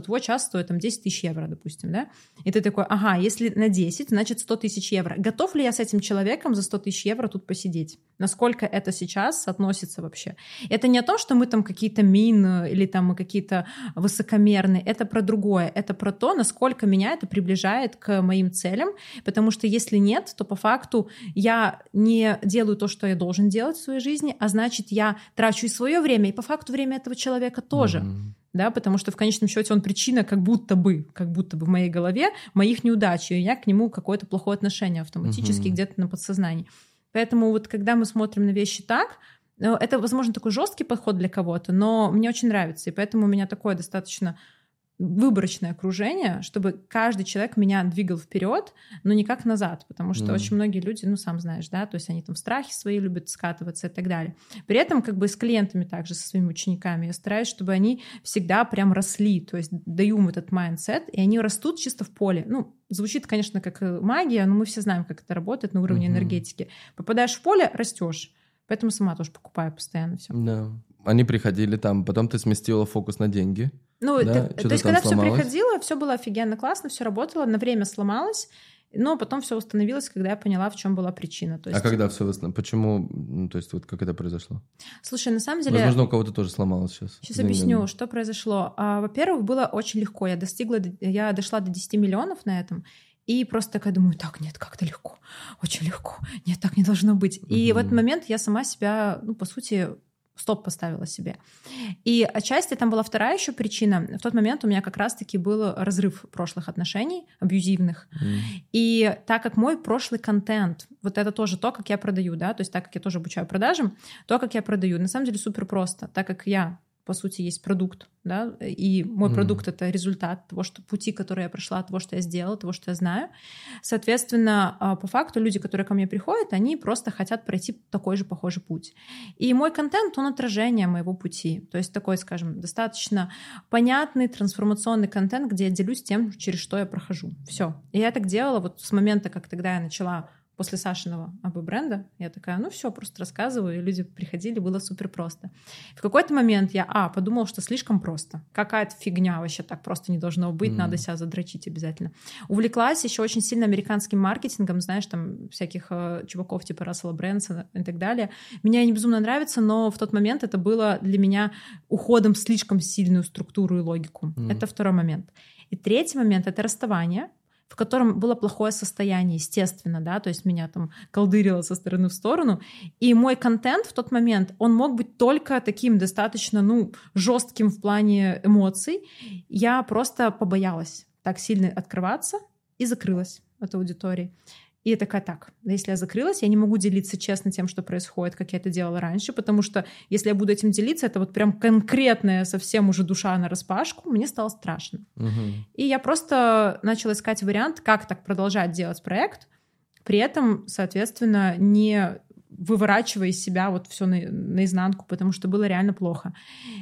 твой час стоит там 10 тысяч евро, допустим, да, и ты такой, ага, если на 10, значит 100 тысяч евро. Готов ли я с этим человеком за 100 тысяч евро тут посидеть? Насколько это сейчас относится вообще? Это не о том, что мы там какие-то или там мы какие-то высокомерные, это про другое, это про то, насколько меня это приближает к моим целям, потому что если нет, то по факту я не делаю то, что я должен делать в своей жизни, а значит, я трачу и свое время, и по факту время этого человека тоже. Да, потому что в конечном счете он причина как будто бы в моей голове моих неудач, и я к нему какое-то плохое отношение автоматически где-то на подсознании. Поэтому вот когда мы смотрим на вещи так, это, возможно, такой жесткий подход для кого-то, но мне очень нравится, и поэтому у меня такое достаточно выборочное окружение, чтобы каждый человек меня двигал вперед, но не как назад, потому что очень многие люди, ну, сам знаешь, да, то есть они там в страхе свои любят скатываться и так далее. При этом как бы с клиентами также, со своими учениками я стараюсь, чтобы они всегда прям росли, то есть даю им этот майндсет, и они растут чисто в поле. Ну, звучит, конечно, как магия, но мы все знаем, как это работает на уровне энергетики. Попадаешь в поле, растешь. Поэтому сама тоже покупаю постоянно все. Да. Они приходили там, потом ты сместила фокус на деньги. Ну, да? То есть, когда все приходило, все было офигенно классно, все работало, на время сломалось, но потом все восстановилось, когда я поняла, в чем была причина. То есть... А когда все восстановилось? Почему? Ну, то есть, вот как это произошло? Слушай, на самом деле... Возможно, у кого-то тоже сломалось сейчас. Сейчас объясню, что произошло. Во-первых, было очень легко. Я дошла до 10 миллионов на этом, и просто такая думаю, так, нет, как-то легко, очень легко, нет, так не должно быть. И в этот момент я сама себя, ну, по сути, стоп поставила себе. И отчасти там была вторая еще причина. В тот момент у меня как раз-таки был разрыв прошлых отношений, абьюзивных. И так как мой прошлый контент, вот это тоже то, как я продаю, да, то есть так как я тоже обучаю продажам, то, как я продаю, на самом деле супер просто, так как я, по сути, есть продукт, да, и мой продукт — это результат того, что пути, которые я прошла, того, что я сделала, того, что я знаю. Соответственно, по факту люди, которые ко мне приходят, они просто хотят пройти такой же похожий путь. И мой контент, он отражение моего пути. То есть такой, скажем, достаточно понятный трансформационный контент, где я делюсь тем, через что я прохожу. Все. И я так делала вот с момента, как тогда я начала после Сашиного АБ-бренда, я такая, ну все, просто рассказываю, и люди приходили, было супер просто. В какой-то момент я, подумала, что слишком просто. Какая-то фигня вообще, так просто не должно быть, надо себя задрочить обязательно. Увлеклась еще очень сильно американским маркетингом, знаешь, там всяких чуваков типа Рассела Брэнсона и так далее. Меня они безумно нравятся, но в тот момент это было для меня уходом в слишком сильную структуру и логику. Это второй момент. И третий момент — это расставание, в котором было плохое состояние, естественно, да, то есть меня там колдырило со стороны в сторону, и мой контент в тот момент, он мог быть только таким достаточно, жестким в плане эмоций. Я просто побоялась так сильно открываться и закрылась от аудитории. И я такая, если я закрылась, я не могу делиться честно тем, что происходит, как я это делала раньше, потому что если я буду этим делиться, это вот прям конкретная совсем уже душа нараспашку, мне стало страшно. И я просто начала искать вариант, как так продолжать делать проект, при этом, соответственно, не выворачивая из себя вот все наизнанку, потому что было реально плохо.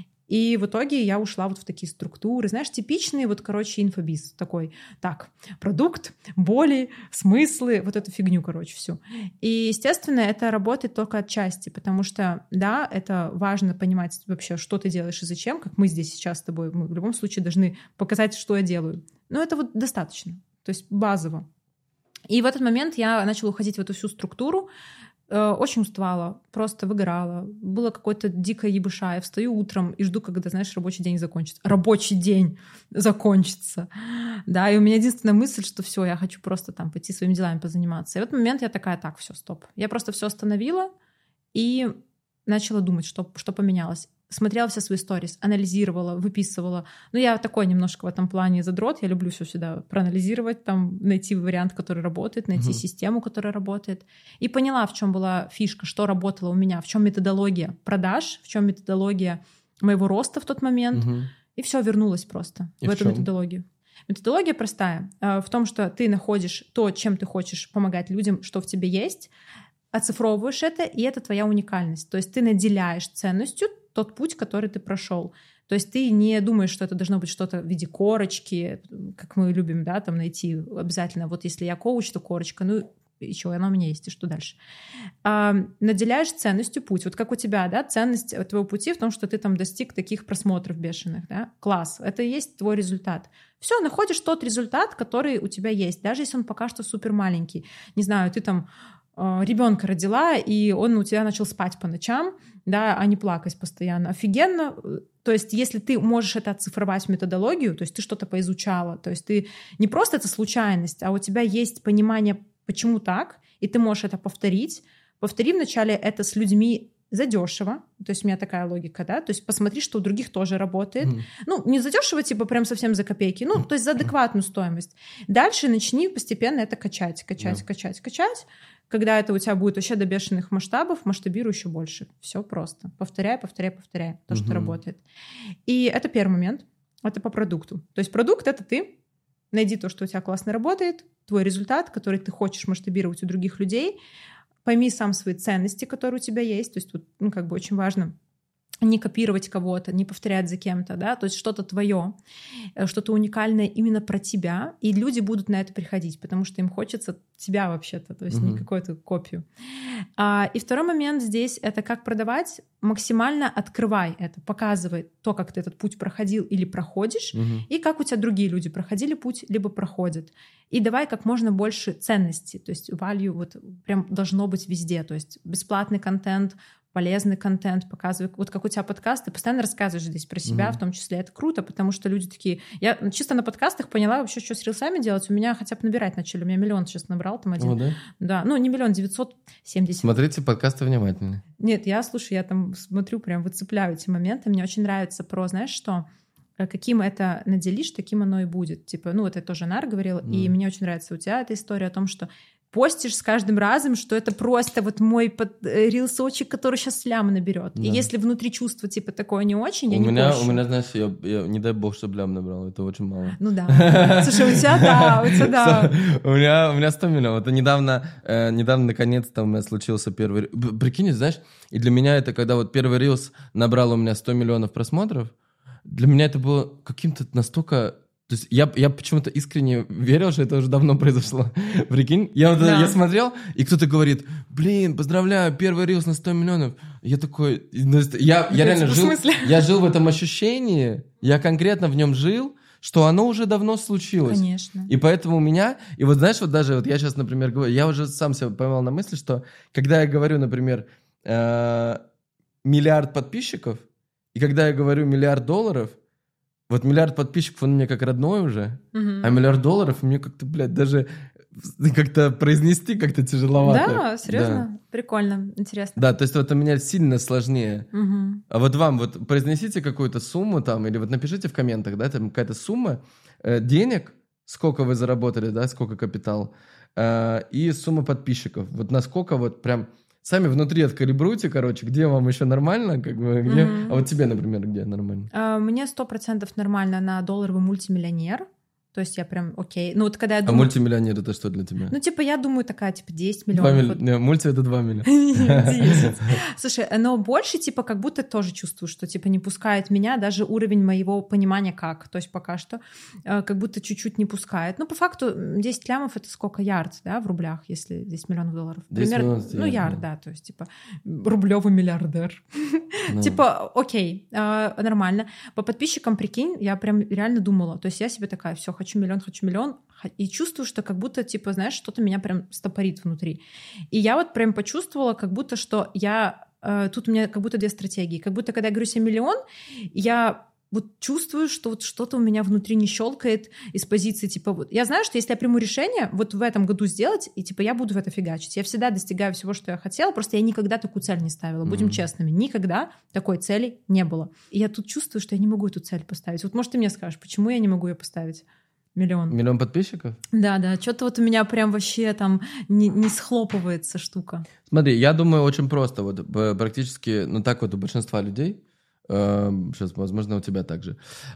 И в итоге я ушла вот в такие структуры, знаешь, типичные инфобиз такой, продукт, боли, смыслы, вот эту фигню, всю. И, естественно, это работает только отчасти, потому что, да, это важно понимать вообще, что ты делаешь и зачем, как мы здесь сейчас с тобой, мы в любом случае должны показать, что я делаю. Но это вот достаточно, то есть базово. И в этот момент я начала уходить в эту всю структуру, очень уставала, просто выгорала. Было какое-то дикое ебыша. Я встаю утром и жду, когда, знаешь, рабочий день закончится. Рабочий день закончится. Да, и у меня единственная мысль, что все, я хочу просто там пойти своими делами позаниматься. И в этот момент я такая, все, стоп. Я просто все остановила и начала думать, что поменялось. Смотрела все свои сторис, анализировала, выписывала. Я такой немножко в этом плане задрот. Я люблю все сюда проанализировать, там, найти вариант, который работает, найти систему, которая работает. И поняла, в чем была фишка, что работало у меня, в чем методология продаж, в чем методология моего роста в тот момент. И все, вернулась просто в эту методологию. Методология простая. В том, что ты находишь то, чем ты хочешь помогать людям, что в тебе есть, оцифровываешь это, и это твоя уникальность. То есть ты наделяешь ценностью тот путь, который ты прошел. То есть ты не думаешь, что это должно быть что-то в виде корочки, как мы любим, да, там найти обязательно. Вот если я коуч, то корочка. и что, оно у меня есть, и что дальше? Наделяешь ценностью путь. Вот как у тебя, да, ценность твоего пути в том, что ты там достиг таких просмотров бешеных, да? Класс. Это и есть твой результат. Все, находишь тот результат, который у тебя есть, даже если он пока что супер маленький. Не знаю, ты там ребенка родила, и он у тебя начал спать по ночам, да, а не плакать постоянно. Офигенно. То есть если ты можешь это оцифровать в методологию, то есть ты что-то поизучала, то есть ты не просто это случайность, а у тебя есть понимание, почему так, и ты можешь это повторить. Повтори вначале это с людьми задешево, то есть у меня такая логика, да, то есть посмотри, что у других тоже работает. Ну, не задешево, типа прям совсем за копейки, ну, то есть за адекватную стоимость. Дальше начни постепенно это качать. Когда это у тебя будет вообще до бешеных масштабов, масштабируй еще больше. Все просто. Повторяй то, что работает. И это первый момент. Это по продукту. То есть продукт — это ты. Найди то, что у тебя классно работает, твой результат, который ты хочешь масштабировать у других людей. Пойми сам свои ценности, которые у тебя есть. То есть тут, ну, как бы очень важно не копировать кого-то, не повторять за кем-то, да, то есть что-то твое, что-то уникальное именно про тебя, и люди будут на это приходить, потому что им хочется тебя вообще-то, то есть не какую-то копию. И второй момент здесь — это как продавать. Максимально открывай это, показывай то, как ты этот путь проходил или проходишь, и как у тебя другие люди проходили путь, либо проходят. И давай как можно больше ценностей, то есть value вот прям должно быть везде, то есть бесплатный контент, полезный контент, показывай. Вот как у тебя подкаст, ты постоянно рассказываешь здесь про себя, в том числе. Это круто, потому что люди такие... Я чисто на подкастах поняла вообще, что с рилсами делать. У меня хотя бы набирать начали. У меня 1 миллион сейчас набрал там один. О, да? Да, ну не 1 970. Смотрите подкасты внимательно. Нет, я там смотрю, прям выцепляю эти моменты. Мне очень нравится про, знаешь что... Каким это наделишь, таким оно и будет. Типа, ну, вот это тоже Нар говорил, и мне очень нравится у тебя эта история о том, что постишь с каждым разом, что это просто вот мой рилсочек, который сейчас лям наберет. Да. И если внутри чувство типа такое не очень, я не пощу. У меня, знаешь, я не дай бог, чтобы лям набрал, это очень мало. Ну да. Слушай, у тебя да. У меня 100 миллионов. Это недавно наконец-то у меня случился первый... Прикинь, знаешь, и для меня это, когда вот первый рилс набрал у меня 100 миллионов просмотров, для меня это было каким-то настолько... То есть я почему-то искренне верил, что это уже давно произошло. Прикинь? Я смотрел, и кто-то говорит, блин, поздравляю, первый рилс на 100 миллионов. Я такой... Я реально жил в этом ощущении, я конкретно в нем жил, что оно уже давно случилось. Конечно. И поэтому у меня... И вот знаешь, вот даже вот я сейчас, например, говорю, я уже сам себя поймал на мысли, что когда я говорю, например, миллиард подписчиков, и когда я говорю $1 миллиард, вот 1 миллиард подписчиков, он мне как родной уже, а $1 миллиард мне как-то, блядь, даже как-то произнести как-то тяжеловато. Да, серьезно? Да. Прикольно, интересно. Да, то есть вот у меня сильно сложнее. А вот вам, вот произнесите какую-то сумму там, или вот напишите в комментах, да, там какая-то сумма денег, сколько вы заработали, да, сколько капитал, и сумма подписчиков. Вот насколько вот прям... Сами внутри откалибруйте, короче, где вам еще нормально, как бы, где... А вот тебе, например, где нормально? Мне 100% нормально на долларовый мультимиллионер. То есть я прям окей. Ну вот когда я думаю... А мультимиллионер — это что для тебя? Ну типа я думаю такая, типа 10 миллионов. Не, мульти — это 2 миллиона. 10. Слушай, но больше типа как будто тоже чувствую, что типа не пускает меня даже уровень моего понимания как. То есть пока что как будто чуть-чуть не пускает. Ну по факту 10 лямов — это сколько ярд, да, в рублях, если 10 миллионов долларов. Примерно, ну ярд, да, то есть типа рублевый миллиардер. Типа окей, нормально. По подписчикам, прикинь, я прям реально думала. То есть я себе такая, все, хочу миллион, и чувствую, что как будто, типа, знаешь, что-то меня прям стопорит внутри. И я вот прям почувствовала, как будто, что тут у меня как будто 2 стратегии. Как будто, когда я говорю себе миллион, я вот чувствую, что вот что-то у меня внутри не щелкает из позиции, типа, вот. Я знаю, что если я приму решение вот в этом году сделать, и, типа, я буду в это фигачить. Я всегда достигаю всего, что я хотела, просто я никогда такую цель не ставила. Будем честными, никогда такой цели не было. И я тут чувствую, что я не могу эту цель поставить. Вот, может, ты мне скажешь, почему я не могу ее поставить? 1 миллион. 1 миллион подписчиков? Да, что-то вот у меня прям вообще там не схлопывается штука. Смотри, я думаю, очень просто. Вот практически, ну так вот у большинства людей, сейчас, возможно, у тебя также.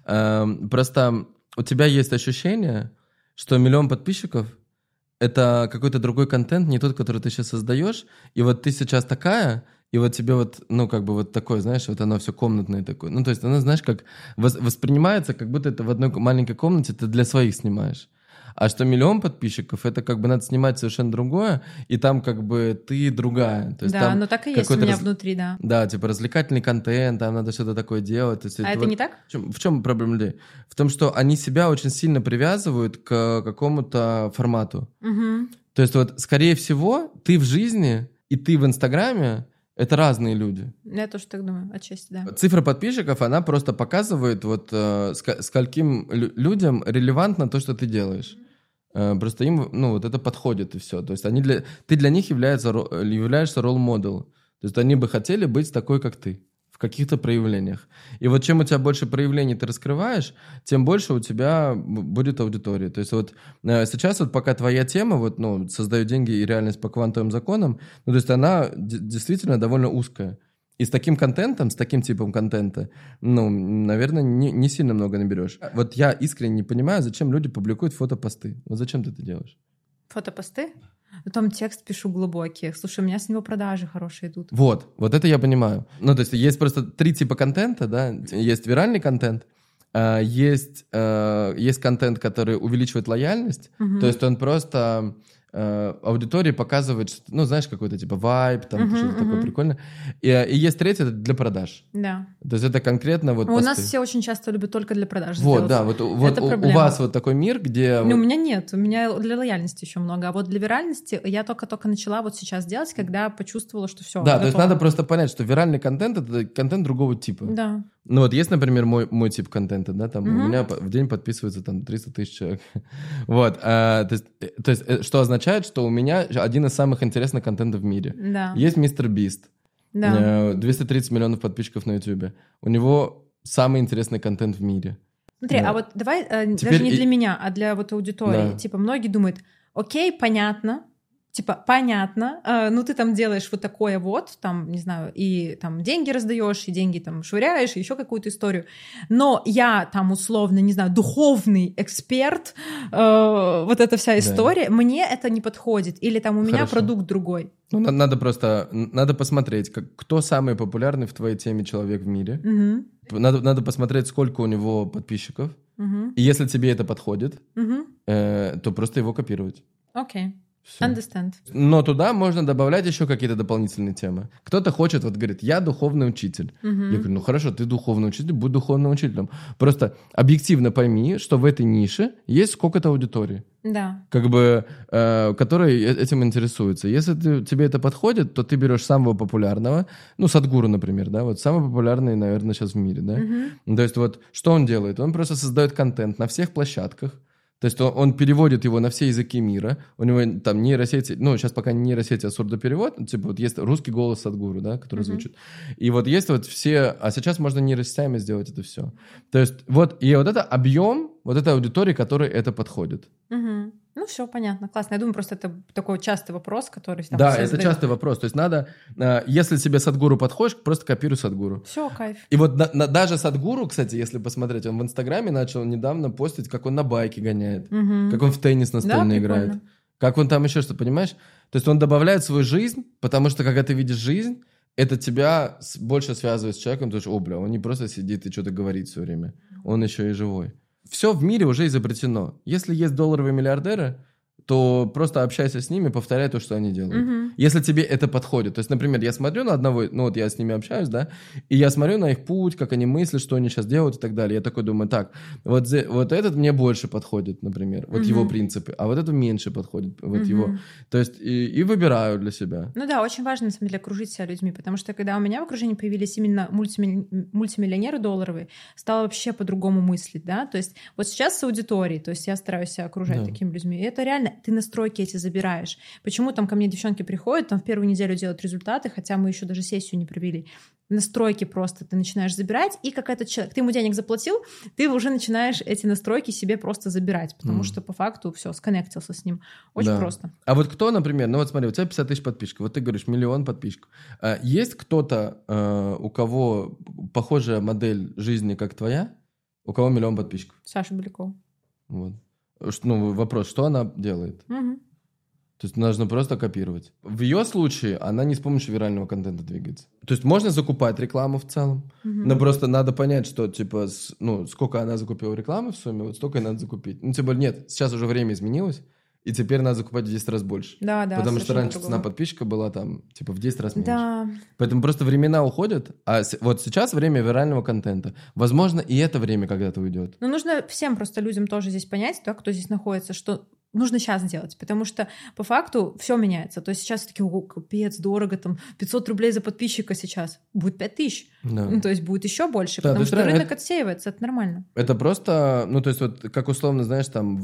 Просто у тебя есть ощущение, что 1 миллион подписчиков — это какой-то другой контент, не тот, который ты сейчас создаешь, и вот ты сейчас такая, и вот тебе вот, ну, как бы вот такое, знаешь, вот оно все комнатное такое. Ну, то есть оно, знаешь, как воспринимается, как будто это в одной маленькой комнате ты для своих снимаешь. А что 1 миллион подписчиков, это как бы надо снимать совершенно другое, и там как бы ты другая. То есть да, там но так и есть у меня внутри, да. Да, типа развлекательный контент, там надо что-то такое делать. То есть это вот... не так? В чем проблема людей? В том, что они себя очень сильно привязывают к какому-то формату. Угу. То есть вот, скорее всего, ты в жизни и ты в Инстаграме — это разные люди. Я тоже так думаю, отчасти, да. Цифра подписчиков, она просто показывает, вот скольким людям релевантно то, что ты делаешь. Просто им, ну, вот это подходит, и все. То есть ты для них являешься ролл-моделом. То есть они бы хотели быть такой, как ты, в каких-то проявлениях. И вот чем у тебя больше проявлений ты раскрываешь, тем больше у тебя будет аудитория. То есть вот сейчас вот пока твоя тема, вот, ну, создаю деньги и реальность по квантовым законам, ну, то есть она действительно довольно узкая. И с таким контентом, с таким типом контента, ну, наверное, не сильно много наберешь. Вот я искренне не понимаю, зачем люди публикуют фотопосты. Вот зачем ты это делаешь? Фотопосты? Там текст пишу глубокий. Слушай, у меня с него продажи хорошие идут. Вот это я понимаю. Ну, то есть есть просто 3 типа контента, да. Есть виральный контент, есть контент, который увеличивает лояльность, то есть он просто аудитории показывает, что, ну, знаешь, какой-то типа вайб, там что-то такое прикольное. И есть третий, это для продаж. Да. То есть это конкретно вот у нас все очень часто любят только для продаж вот, сделать. да, вот у вас вот такой мир, где... Ну, у меня нет, у меня для лояльности еще много, а вот для виральности я только начала вот сейчас делать, когда почувствовала, что все. Да, готово. То есть надо просто понять, что виральный контент — это контент другого типа. Да. Ну вот есть, например, мой тип контента, да, там у меня в день подписывается там 300 тысяч человек. Вот, то есть что означает, что у меня один из самых интересных контентов в мире. Да. Есть Мистер Бист, да. 230 миллионов подписчиков на Ютубе. У него самый интересный контент в мире. Смотри, а вот давай даже не для меня, а для вот аудитории. Да. Типа многие думают, окей, понятно, ну ты там делаешь вот такое вот, там, не знаю, и там деньги раздаешь, и деньги там швыряешь, и еще какую-то историю. Но я там условно, не знаю, духовный эксперт, вот эта вся история, мне это не подходит. Или там у меня продукт другой. Ну, надо посмотреть, кто самый популярный в твоей теме человек в мире. Надо посмотреть, сколько у него подписчиков. И если тебе это подходит, то просто его копировать. Окей. Всё. Understand. Но туда можно добавлять еще какие-то дополнительные темы. Кто-то хочет, вот говорит, я духовный учитель. Я говорю, ну хорошо, ты духовный учитель, будь духовным учителем. Просто объективно пойми, что в этой нише есть сколько-то аудитории. Да. Как бы, которые этим интересуются. Если тебе это подходит, то ты берешь самого популярного, ну, Садхгуру, например, да, вот самый популярный, наверное, сейчас в мире, да. То есть вот что он делает? Он просто создает контент на всех площадках. То есть он переводит его на все языки мира. У него там нейросети, ну, сейчас пока не нейросети, а сурдоперевод. Типа вот есть русский голос Садхгуру, да, который звучит. И вот есть вот все... А сейчас можно нейросетями сделать это все. То есть вот, и вот это объем, вот этой аудитории, которой это подходит. Ну, все понятно, классно. Я думаю, просто это такой частый вопрос, который... Там, да, это задают. Частый вопрос. То есть надо, если тебе Садхгуру подходишь, просто копируй Садхгуру. Все, кайф. И вот даже Садхгуру, кстати, если посмотреть, он в Инстаграме начал недавно постить, как он на байке гоняет, как он в теннис настольный играет, как он там еще что, понимаешь? То есть он добавляет свою жизнь, потому что, когда ты видишь жизнь, это тебя больше связывает с человеком, потому что, он не просто сидит и что-то говорит все время, он еще и живой. Все в мире уже изобретено. Если есть долларовые миллиардеры, то просто общайся с ними, повторяй то, что они делают. Если тебе это подходит. То есть, например, я смотрю на одного, ну вот я с ними общаюсь, да, и я смотрю на их путь, как они мыслят, что они сейчас делают и так далее. Я такой думаю, так, вот этот мне больше подходит, например, вот его принципы, а вот это меньше подходит, вот его. То есть и выбираю для себя. Ну да, очень важно, на самом деле, окружить себя людьми, потому что когда у меня в окружении появились именно мультимиллионеры долларовые, стало вообще по-другому мыслить, да, то есть вот сейчас с аудиторией, то есть я стараюсь себя окружать такими людьми, и это реально ты настройки эти забираешь. Почему там ко мне девчонки приходят, там в первую неделю делают результаты, хотя мы еще даже сессию не провели. Настройки просто ты начинаешь забирать, и как этот человек, ты ему денег заплатил, ты уже начинаешь эти настройки себе просто забирать, потому что по факту все, сконнектился с ним. Очень просто. А вот кто, например, ну вот смотри, у тебя 50 тысяч подписчиков, вот ты говоришь, 1 миллион подписчиков. Есть кто-то, у кого похожая модель жизни, как твоя, у кого 1 миллион подписчиков? Саша Булякова. Вот. Ну, вопрос, что она делает? То есть нужно просто копировать. В ее случае она не с помощью вирального контента двигается. То есть можно закупать рекламу в целом, но просто надо понять, что, типа, сколько она закупила рекламы в сумме, вот столько и надо закупить. Ну, тем более, нет, сейчас уже время изменилось, и теперь надо закупать в 10 раз больше. Да, потому что раньше цена подписчика была там, типа, в 10 раз меньше. Да. Поэтому просто времена уходят, а вот сейчас время вирального контента. Возможно, и это время когда-то уйдет. Ну, нужно всем просто людям тоже здесь понять, да, кто здесь находится, что нужно сейчас делать, потому что по факту все меняется. То есть сейчас такие, о, капец, дорого, там 500 рублей за подписчика сейчас, будет 5000. Да. Ну, то есть будет еще больше, да, потому что рынок отсеивается, это нормально. Это просто, ну, то есть вот как условно, знаешь, там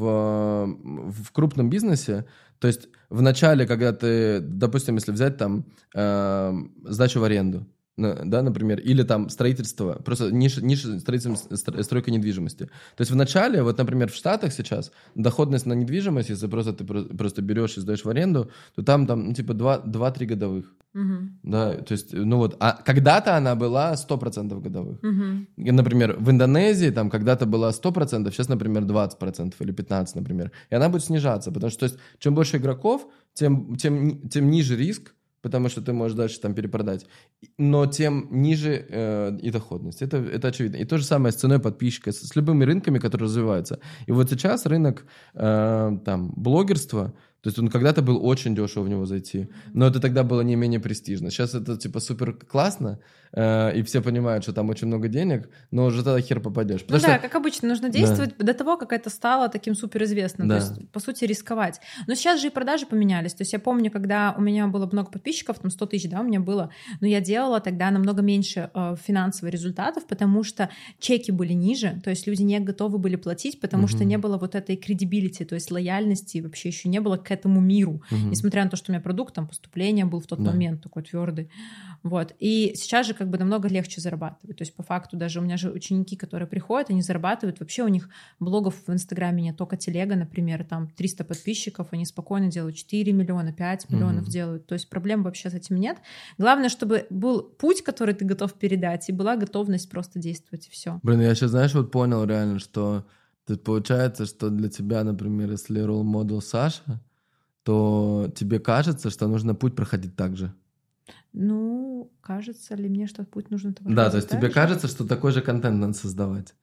в крупном бизнесе, то есть в начале, когда ты, допустим, если взять там сдачу в аренду, да, например, или там строительство, просто ниша строительства, стройка недвижимости. То есть в начале, вот, например, в Штатах сейчас доходность на недвижимость, если ты просто берешь и сдаешь в аренду, то там ну, типа 2-3 годовых. Да, то есть, ну вот, а когда-то она была 100% годовых. И, например, в Индонезии там когда-то была 100%, сейчас, например, 20% или 15%, например. И она будет снижаться, потому что, то есть, чем больше игроков, тем ниже риск, потому что ты можешь дальше там перепродать, но тем ниже и доходность. Это очевидно. И то же самое с ценой подписчика, с любыми рынками, которые развиваются. И вот сейчас рынок там блогерства, то есть он когда-то был очень дешево в него зайти, но это тогда было не менее престижно. Сейчас это типа супер классно, и все понимают, что там очень много денег, но уже тогда хер попадешь. Ну да, как обычно, нужно действовать до того, как это стало таким суперизвестным. Да. То есть, по сути, рисковать. Но сейчас же и продажи поменялись. То есть я помню, когда у меня было много подписчиков, там 100 тысяч, да, у меня было, но я делала тогда намного меньше финансовых результатов, потому что чеки были ниже, то есть люди не готовы были платить, потому что не было вот этой credibility, то есть лояльности, вообще еще не было к этому миру, несмотря на то, что у меня продукт, там, поступление был в тот момент такой твердый. Вот. И сейчас же как бы намного легче зарабатывать. То есть по факту даже у меня же ученики, которые приходят, они зарабатывают. Вообще у них блогов в Инстаграме нет, только телега, например, там 300 подписчиков, они спокойно делают 4 миллиона, 5 миллионов делают. То есть проблем вообще с этим нет. Главное, чтобы был путь, который ты готов передать, и была готовность просто действовать, и все. Блин, я сейчас, знаешь, вот понял реально, что тут получается, что для тебя, например, если ролл-модел Саша, то тебе кажется, что нужно путь проходить так же. Ну, кажется ли мне, что путь нужно проходить? Да, то есть тебе кажется, что такой же контент надо создавать.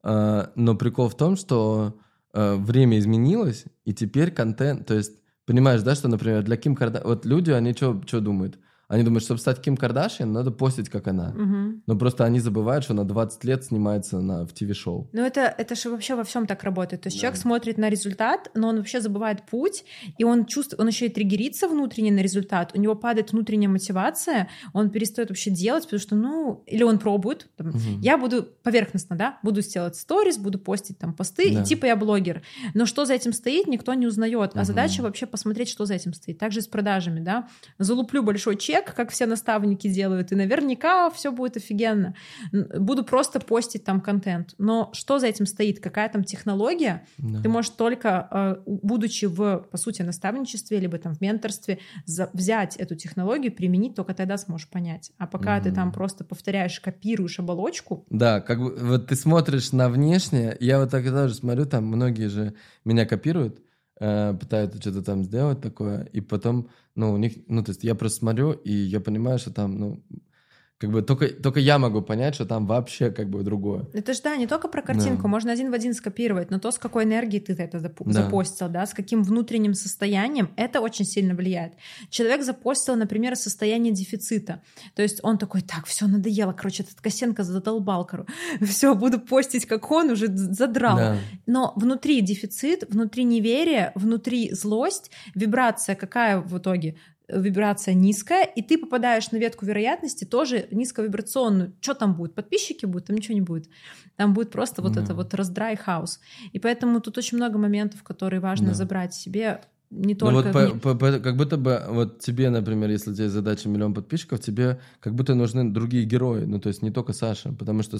Но прикол в том, что время изменилось, и теперь контент... То есть, понимаешь, да, что, например, для Ким Кардашьян... Вот люди, они что думают? Они думают, чтобы стать Ким Кардашьян, надо постить, как она. Но просто они забывают, что она 20 лет снимается в ТВ-шоу. Ну, это же вообще во всем так работает. То есть человек смотрит на результат, но он вообще забывает путь, и он чувствует, он еще и триггерится внутренне на результат, у него падает внутренняя мотивация, он перестает вообще делать, потому что, ну, или он пробует, там, я буду поверхностно, да, буду делать сторис, буду постить там посты, и типа я блогер. Но что за этим стоит, никто не узнает. А задача вообще посмотреть, что за этим стоит. Также с продажами, да. Залуплю большой чек, как все наставники делают, и наверняка все будет офигенно. Буду просто постить там контент. Но что за этим стоит? Какая там технология? Да. Ты можешь только, будучи по сути, наставничестве, либо там в менторстве, взять эту технологию, применить, только тогда сможешь понять. А пока ты там просто повторяешь, копируешь оболочку. Да, как бы вот ты смотришь на внешнее, я вот так даже смотрю, там многие же меня копируют, пытаются что-то там сделать такое, и потом, ну, у них, ну, то есть я просто смотрю, и я понимаю, что там, ну, как бы только я могу понять, что там вообще как бы другое. Это же, да, не только про картинку, можно один в один скопировать, но то, с какой энергией ты это запостил, да, с каким внутренним состоянием, это очень сильно влияет. Человек запостил, например, состояние дефицита, то есть он такой, так, все надоело, короче, этот Косенко задолбал, все, буду постить, как он, уже задрал. Да. Но внутри дефицит, внутри неверие, внутри злость, вибрация какая в итоге? Вибрация низкая, и ты попадаешь на ветку вероятности тоже низковибрационную. Что там будет? Подписчики будут? Там ничего не будет. Там будет просто вот это вот раздрай хаус. И поэтому тут очень много моментов, которые важно забрать себе. Не только... Ну вот как будто бы вот тебе, например, если у тебя задача 1 миллион подписчиков, тебе как будто нужны другие герои, ну то есть не только Саша, потому что...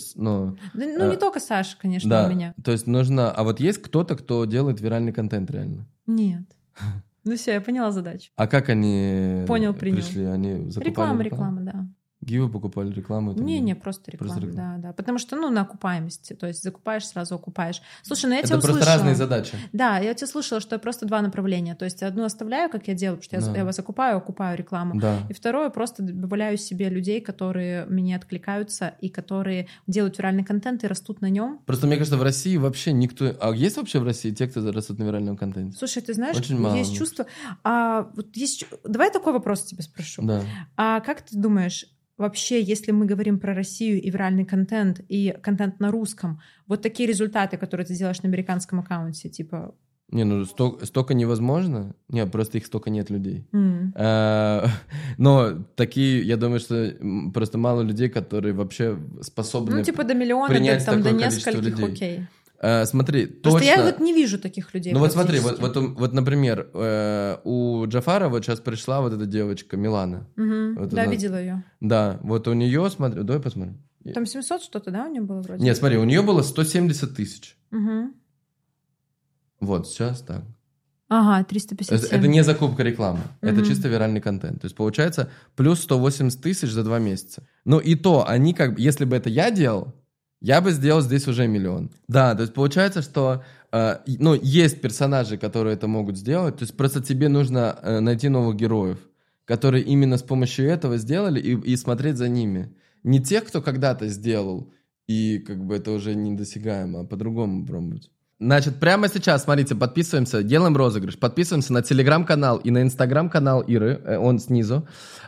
не только Саша, конечно, у меня. То есть нужно... А вот есть кто-то, кто делает виральный контент реально? Нет. Ну все, я поняла задачу. А как они пришли? Они закупали реклама, да. Гивы покупали, рекламу? Не, просто реклама, да. Потому что, на окупаемости, то есть закупаешь, сразу окупаешь. Слушай, я тебя услышала. Это просто разные задачи. Да, я тебя слышала, что просто два направления. То есть одну оставляю, как я делаю, потому что я вас окупаю рекламу. Да. И второе, просто добавляю себе людей, которые мне откликаются и которые делают виральный контент и растут на нем. Просто мне кажется, в России вообще никто... А есть вообще в России те, кто растут на виральном контенте? Слушай, ты знаешь, очень мало, есть чувство... Давай такой вопрос тебе спрошу. Да. А как ты думаешь, вообще, если мы говорим про Россию и виральный контент, и контент на русском, вот такие результаты, которые ты делаешь на американском аккаунте, типа... Не, столько невозможно. Не, просто их столько нет людей. Но такие, я думаю, что просто мало людей, которые вообще способны до миллиона, принять до такое нескольких, людей. окей. Смотри, просто точно... я не вижу таких людей. Ну вот смотри, вот, например, у Джафара вот сейчас пришла вот эта девочка Милана. Видела ее. Да, вот у нее, смотри, давай посмотрим. Там 700 что-то, да, у нее было вроде? Нет, смотри, у нее было 170 тысяч. Вот, сейчас так. Ага, 357. Это не закупка рекламы, это чисто виральный контент. То есть получается плюс 180 тысяч за 2 месяца. Но и то, они если бы это я делал, я бы сделал здесь уже 1 миллион. Да, то есть получается, что есть персонажи, которые это могут сделать, то есть просто тебе нужно найти новых героев, которые именно с помощью этого сделали, и смотреть за ними. Не тех, кто когда-то сделал, и это уже недосягаемо, а по-другому пробовать. Значит, прямо сейчас, смотрите, подписываемся, делаем розыгрыш, подписываемся на телеграм-канал и на инстаграм-канал Иры, он снизу,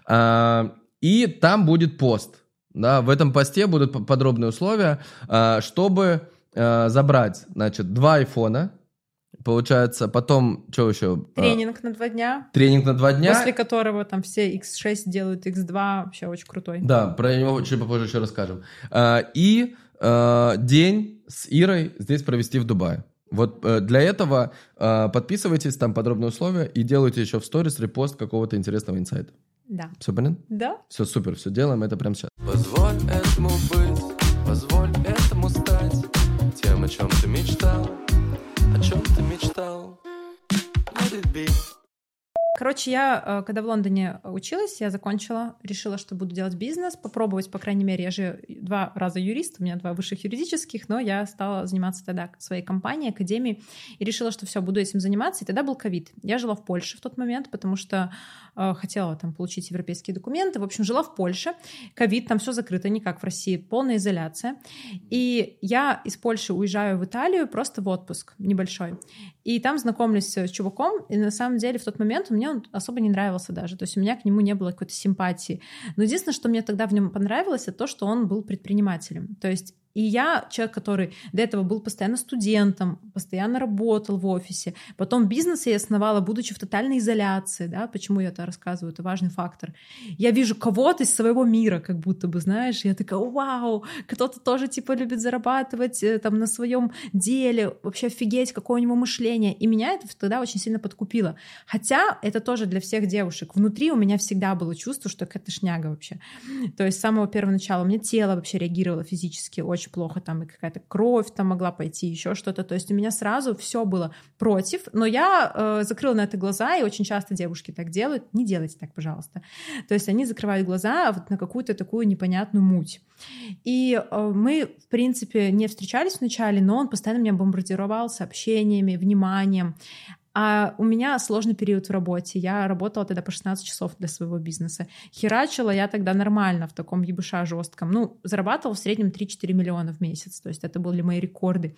и там будет пост. Да, в этом посте будут подробные условия, чтобы забрать, значит, 2 айфона, получается, потом, что еще? Тренинг на 2 дня. Тренинг на 2 дня. После которого там все X6 делают X2, вообще очень крутой. Да, про него чуть попозже еще расскажем. И день с Ирой здесь провести в Дубае. Вот для этого подписывайтесь, там подробные условия, и делайте еще в сторис репост какого-то интересного инсайта. Да. Все понятно? Да. Все супер, все делаем это прямо сейчас. Позволь этому быть, позволь этому стать тем, о чем ты мечтал, о чем ты мечтал. Let it be. Короче, я, когда в Лондоне училась, я закончила, решила, что буду делать бизнес, попробовать, по крайней мере, я же 2 раза юрист, у меня 2 высших юридических, но я стала заниматься тогда своей компанией, академией, и решила, что все, буду этим заниматься, и тогда был ковид. Я жила в Польше в тот момент, потому что хотела там получить европейские документы, в общем, жила в Польше, ковид, там все закрыто, не как в России, полная изоляция, и я из Польши уезжаю в Италию просто в отпуск небольшой, и там знакомлюсь с чуваком, и на самом деле в тот момент мне он особо не нравился даже, то есть у меня к нему не было какой-то симпатии. Но единственное, что мне тогда в нем понравилось, это то, что он был предпринимателем. То есть и я человек, который до этого был постоянно студентом, постоянно работал в офисе. Потом бизнес я основала, будучи в тотальной изоляции. Да? Почему я это рассказываю? Это важный фактор. Я вижу кого-то из своего мира, как будто бы, знаешь. Я такая, вау, кто-то тоже типа любит зарабатывать там на своем деле. Вообще офигеть, какое у него мышление. И меня это тогда очень сильно подкупило. Хотя это тоже для всех девушек. Внутри у меня всегда было чувство, что какая-то шняга вообще. То есть с самого первого начала у меня тело вообще реагировало физически очень плохо, там и какая-то кровь там могла пойти, еще что-то. То есть у меня сразу все было против, но я закрыла на это глаза, и очень часто девушки так делают. Не делайте так, пожалуйста. То есть они закрывают глаза вот на какую-то такую непонятную муть. И мы, в принципе, не встречались вначале, но он постоянно меня бомбардировал сообщениями, вниманием. А у меня сложный период в работе. Я работала тогда по 16 часов для своего бизнеса. Херачила я тогда нормально в таком ебыша жестком. Ну, зарабатывала в среднем 3-4 миллиона в месяц. То есть это были мои рекорды.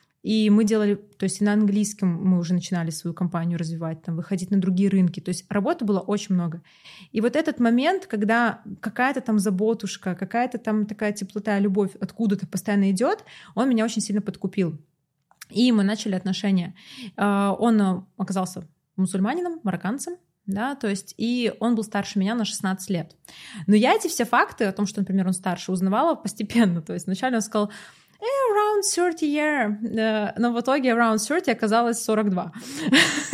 И мы делали, то есть и на английском мы уже начинали свою компанию развивать, там, выходить на другие рынки. То есть работы было очень много. И вот этот момент, когда какая-то там заботушка, какая-то там такая теплота, любовь откуда-то постоянно идет, он меня очень сильно подкупил. И мы начали отношения. Он оказался мусульманином, марокканцем, да, то есть, и он был старше меня на 16 лет. Но я эти все факты о том, что, например, он старше, узнавала постепенно. То есть вначале он сказал around 30 year, но в итоге around 30 оказалось 42.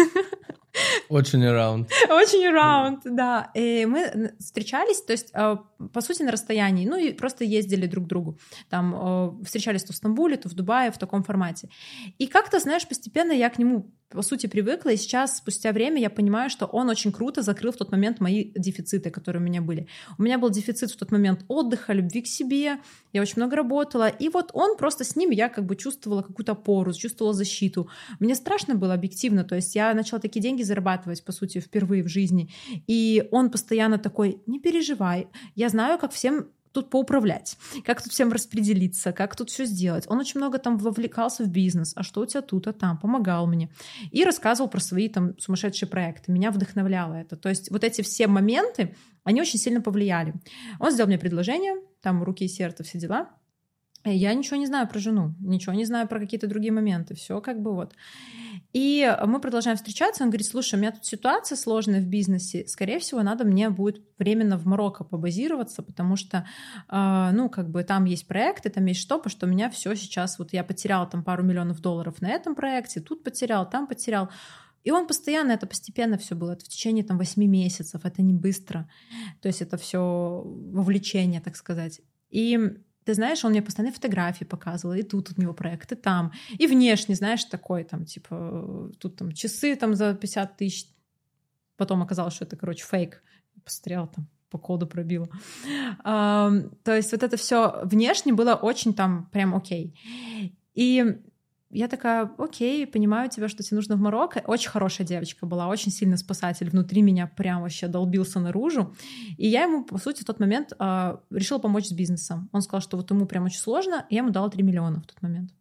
Очень around. Очень around, да. И мы встречались, то есть по сути, на расстоянии, ну и просто ездили друг к другу. Там встречались то в Стамбуле, то в Дубае, в таком формате. И как-то, знаешь, постепенно я к нему, по сути, привыкла, и сейчас, спустя время, я понимаю, что он очень круто закрыл в тот момент мои дефициты, которые у меня были. У меня был дефицит в тот момент отдыха, любви к себе, я очень много работала, и вот он просто с ним, я как бы чувствовала какую-то опору, чувствовала защиту. Мне страшно было объективно, то есть я начала такие деньги зарабатывать, по сути, впервые в жизни, и он постоянно такой: не переживай, я знаю, как всем тут поуправлять, как тут всем распределиться, как тут все сделать. Он очень много там вовлекался в бизнес, а что у тебя тут, а там, помогал мне. И рассказывал про свои там сумасшедшие проекты. Меня вдохновляло это. То есть вот эти все моменты, они очень сильно повлияли. Он сделал мне предложение, там руки и сердце, все дела. Я ничего не знаю про жену, ничего не знаю про какие-то другие моменты. Все как бы вот. И мы продолжаем встречаться. Он говорит: слушай, у меня тут ситуация сложная в бизнесе. Скорее всего, надо мне будет временно в Марокко побазироваться, потому что, ну, как бы там есть проекты, там есть что у меня все сейчас... Вот я потеряла там пару миллионов долларов на этом проекте, тут потерял, там потерял. И он постоянно, это постепенно все было, это в течение там 8 месяцев, это не быстро. То есть это все вовлечение, так сказать. И ты знаешь, он мне постоянно фотографии показывал, и тут у него проект, и там. И внешне, знаешь, такой там, типа, тут там часы там за 50 тысяч. Потом оказалось, что это, короче, фейк. Я посмотрела там, по коду пробила. То есть вот это все внешне было очень там прям окей. И я такая: окей, понимаю тебя, что тебе нужно в Марокко. Очень хорошая девочка была, очень сильно спасатель. Внутри меня прям вообще долбился наружу. И я ему, по сути, в тот момент решила помочь с бизнесом. Он сказал, что вот ему прям очень сложно, и я ему дала 3 миллиона в тот момент.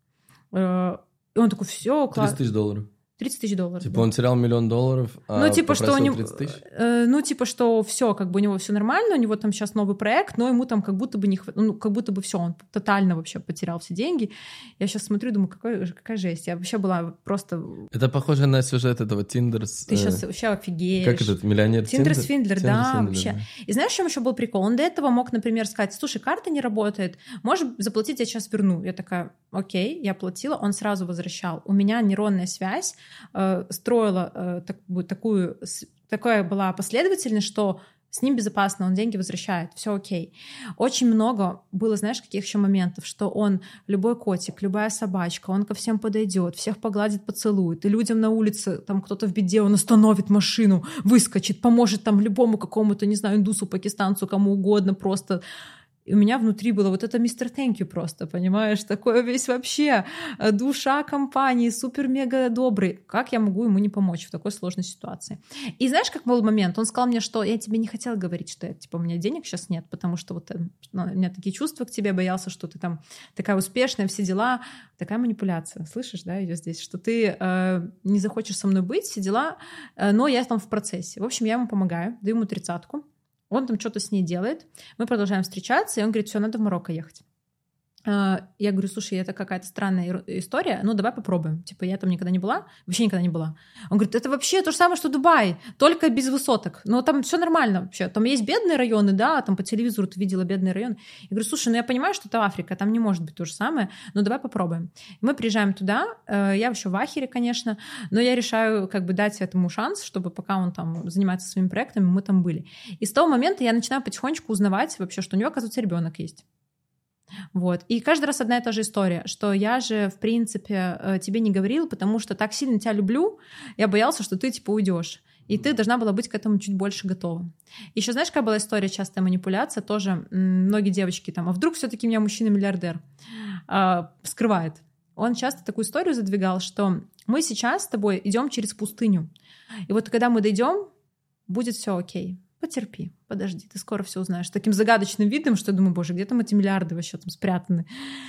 И он такой: все, класс. 30 тысяч долларов. 30 тысяч долларов. Типа да. Он терял $1 миллион, а ну, типа, попросил что у него, 30 тысяч? Ну, типа, что все, как бы у него все нормально, у него там сейчас новый проект, но ему там как будто бы не хватает, ну, как будто бы все, он тотально вообще потерял все деньги. Я сейчас смотрю, думаю, какая жесть. Я вообще была просто... Это похоже на сюжет этого Tinder. Ты сейчас вообще офигеешь. Как этот миллионер Tinder Свиндлер, да, Свиндлер, вообще. да. И знаешь, в чем еще был прикол? Он до этого мог, например, сказать: слушай, карта не работает, можешь заплатить, я сейчас верну. Я такая: окей, я платила, он сразу возвращал. У меня нейронная связь строила такая была последовательность, что с ним безопасно, он деньги возвращает, все окей. Очень много было, знаешь, каких еще моментов, что он, любой котик, любая собачка, он ко всем подойдет, всех погладит, поцелует, и людям на улице, там кто-то в беде, он остановит машину, выскочит, поможет там любому какому-то, не знаю, индусу, пакистанцу, кому угодно, просто... И у меня внутри было вот это мистер Thank you просто, понимаешь? Такое весь вообще душа компании, супер-мега добрый. Как я могу ему не помочь в такой сложной ситуации? И знаешь, как был момент? Он сказал мне, что я тебе не хотела говорить, что типа, у меня денег сейчас нет, потому что вот у меня такие чувства к тебе, боялся, что ты там такая успешная, все дела. Такая манипуляция. Слышишь, да, ее здесь? Что ты не захочешь со мной быть, все дела, но я там в процессе. В общем, я ему помогаю, даю ему 30-ку. Он там что-то с ней делает, мы продолжаем встречаться, и он говорит: все, надо в Марокко ехать. Я говорю: слушай, это какая-то странная история, ну давай попробуем. Типа, я там никогда не была, вообще никогда не была. Он говорит: это вообще то же самое, что Дубай, только без высоток. Но там все нормально вообще. Там есть бедные районы, да, там по телевизору ты видела бедные районы. Я говорю: слушай, ну я понимаю, что это Африка, там не может быть то же самое, но давай попробуем. И мы приезжаем туда, я вообще в ахере, конечно, но я решаю как бы дать этому шанс, чтобы пока он там занимается своими проектами, мы там были. И с того момента я начинаю потихонечку узнавать вообще, что у него, оказывается, ребенок есть. Вот. И каждый раз одна и та же история, что я же, в принципе, тебе не говорила, потому что так сильно тебя люблю, я боялся, что ты, типа, уйдешь. И ты должна была быть к этому чуть больше готова. Еще знаешь, какая была история, частая манипуляция, тоже многие девочки там: а вдруг все-таки меня мужчина-миллиардер скрывает. Он часто такую историю задвигал, что мы сейчас с тобой идем через пустыню. И вот когда мы дойдем, будет все окей. Потерпи, подожди, ты скоро все узнаешь. Таким загадочным видом, что я думаю: боже, где там эти миллиарды вообще там спрятаны?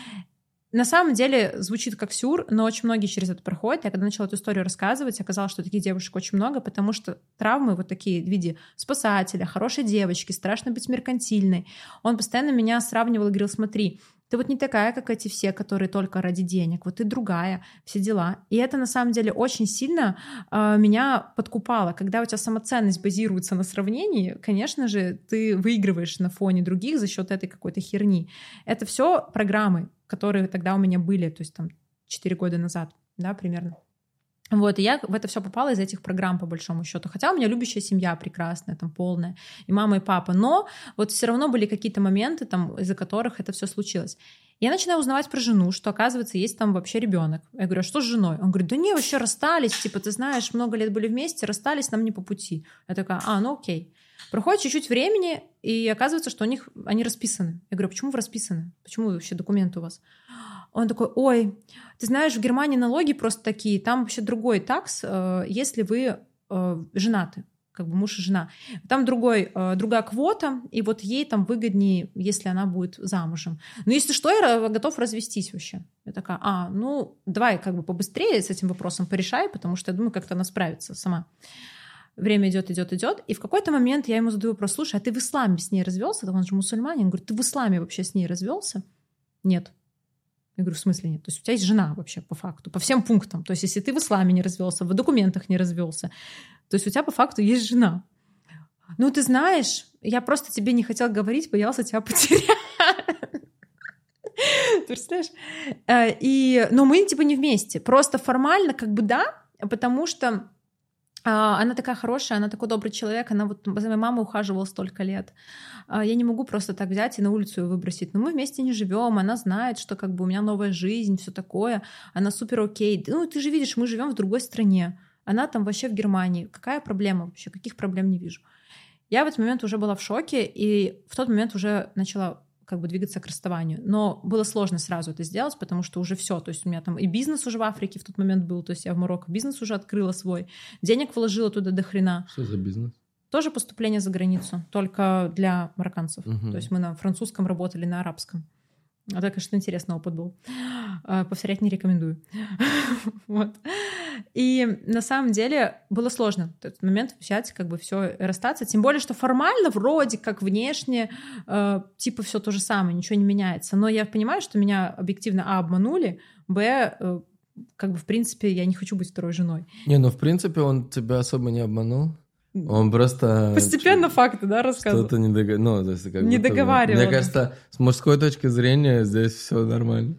На самом деле звучит как сюр, но очень многие через это проходят. Я когда начала эту историю рассказывать, оказалось, что таких девушек очень много, потому что травмы вот такие в виде спасателя, хорошей девочки, страшно быть меркантильной. Он постоянно меня сравнивал и говорил: смотри, ты вот не такая, как эти все, которые только ради денег, вот ты другая, все дела. И это на самом деле очень сильно меня подкупало. Когда у тебя самоценность базируется на сравнении, конечно же, ты выигрываешь на фоне других за счет этой какой-то херни. Это все программы, которые тогда у меня были, то есть там 4 года назад, да, примерно. Вот, и я в это все попала из этих программ, по большому счету. Хотя у меня любящая семья прекрасная, там, полная, и мама, и папа. Но вот все равно были какие-то моменты, там, из-за которых это все случилось. Я начинаю узнавать про жену, что, оказывается, есть там вообще ребенок. Я говорю, а что с женой? Он говорит, да не, вообще расстались, типа, ты знаешь, много лет были вместе, расстались, нам не по пути. Я такая, ну окей. Проходит чуть-чуть времени, и оказывается, что они расписаны. Я говорю, почему вы расписаны? Почему вообще документы у вас? Он такой, ой, ты знаешь, в Германии налоги просто такие, там вообще другой такс, если вы женаты, как бы муж и жена. Там другая квота, и вот ей там выгоднее, если она будет замужем. Но если что, я готов развестись вообще. Я такая, ну давай как бы побыстрее с этим вопросом порешай, потому что я думаю, как-то она справится сама. Время идет, и в какой-то момент я ему задаю вопрос, слушай, а ты в исламе с ней развелся? Он же мусульманин. Он говорит, ты в исламе вообще с ней развелся? Нет. Я говорю, в смысле нет? То есть у тебя есть жена вообще по факту, по всем пунктам. То есть если ты в исламе не развелся, в документах не развелся, то есть у тебя по факту есть жена. Ну, ты знаешь, я просто тебе не хотела говорить, боялся тебя потерять. Ты представляешь? Но мы типа не вместе. Просто формально как бы да, потому что она такая хорошая, она такой добрый человек, она вот за моей мамой ухаживала столько лет. Я не могу просто так взять и на улицу ее выбросить. Но мы вместе не живем, она знает, что как бы у меня новая жизнь, все такое. Она супер окей. Ну, ты же видишь, мы живем в другой стране. Она там вообще в Германии. Какая проблема вообще? Каких проблем не вижу. Я в этот момент уже была в шоке, и в тот момент уже начала как бы двигаться к расставанию. Но было сложно сразу это сделать, потому что уже все. То есть у меня там и бизнес уже в Африке в тот момент был, то есть я в Марокко бизнес уже открыла свой, денег вложила туда до хрена. Что за бизнес? Тоже поступление за границу, только для марокканцев. То есть мы на французском работали, на арабском. Это, конечно, интересный опыт был. Повторять не рекомендую. Вот. И на самом деле было сложно в этот момент взять, как бы все расстаться. Тем более, что формально, вроде как внешне, типа все то же самое, ничего не меняется. Но я понимаю, что меня объективно обманули, как бы в принципе я не хочу быть второй женой. В принципе он тебя особо не обманул. Он просто... Постепенно факты, да, рассказывал? Что-то не договаривал. Мне кажется, с мужской точки зрения здесь все нормально.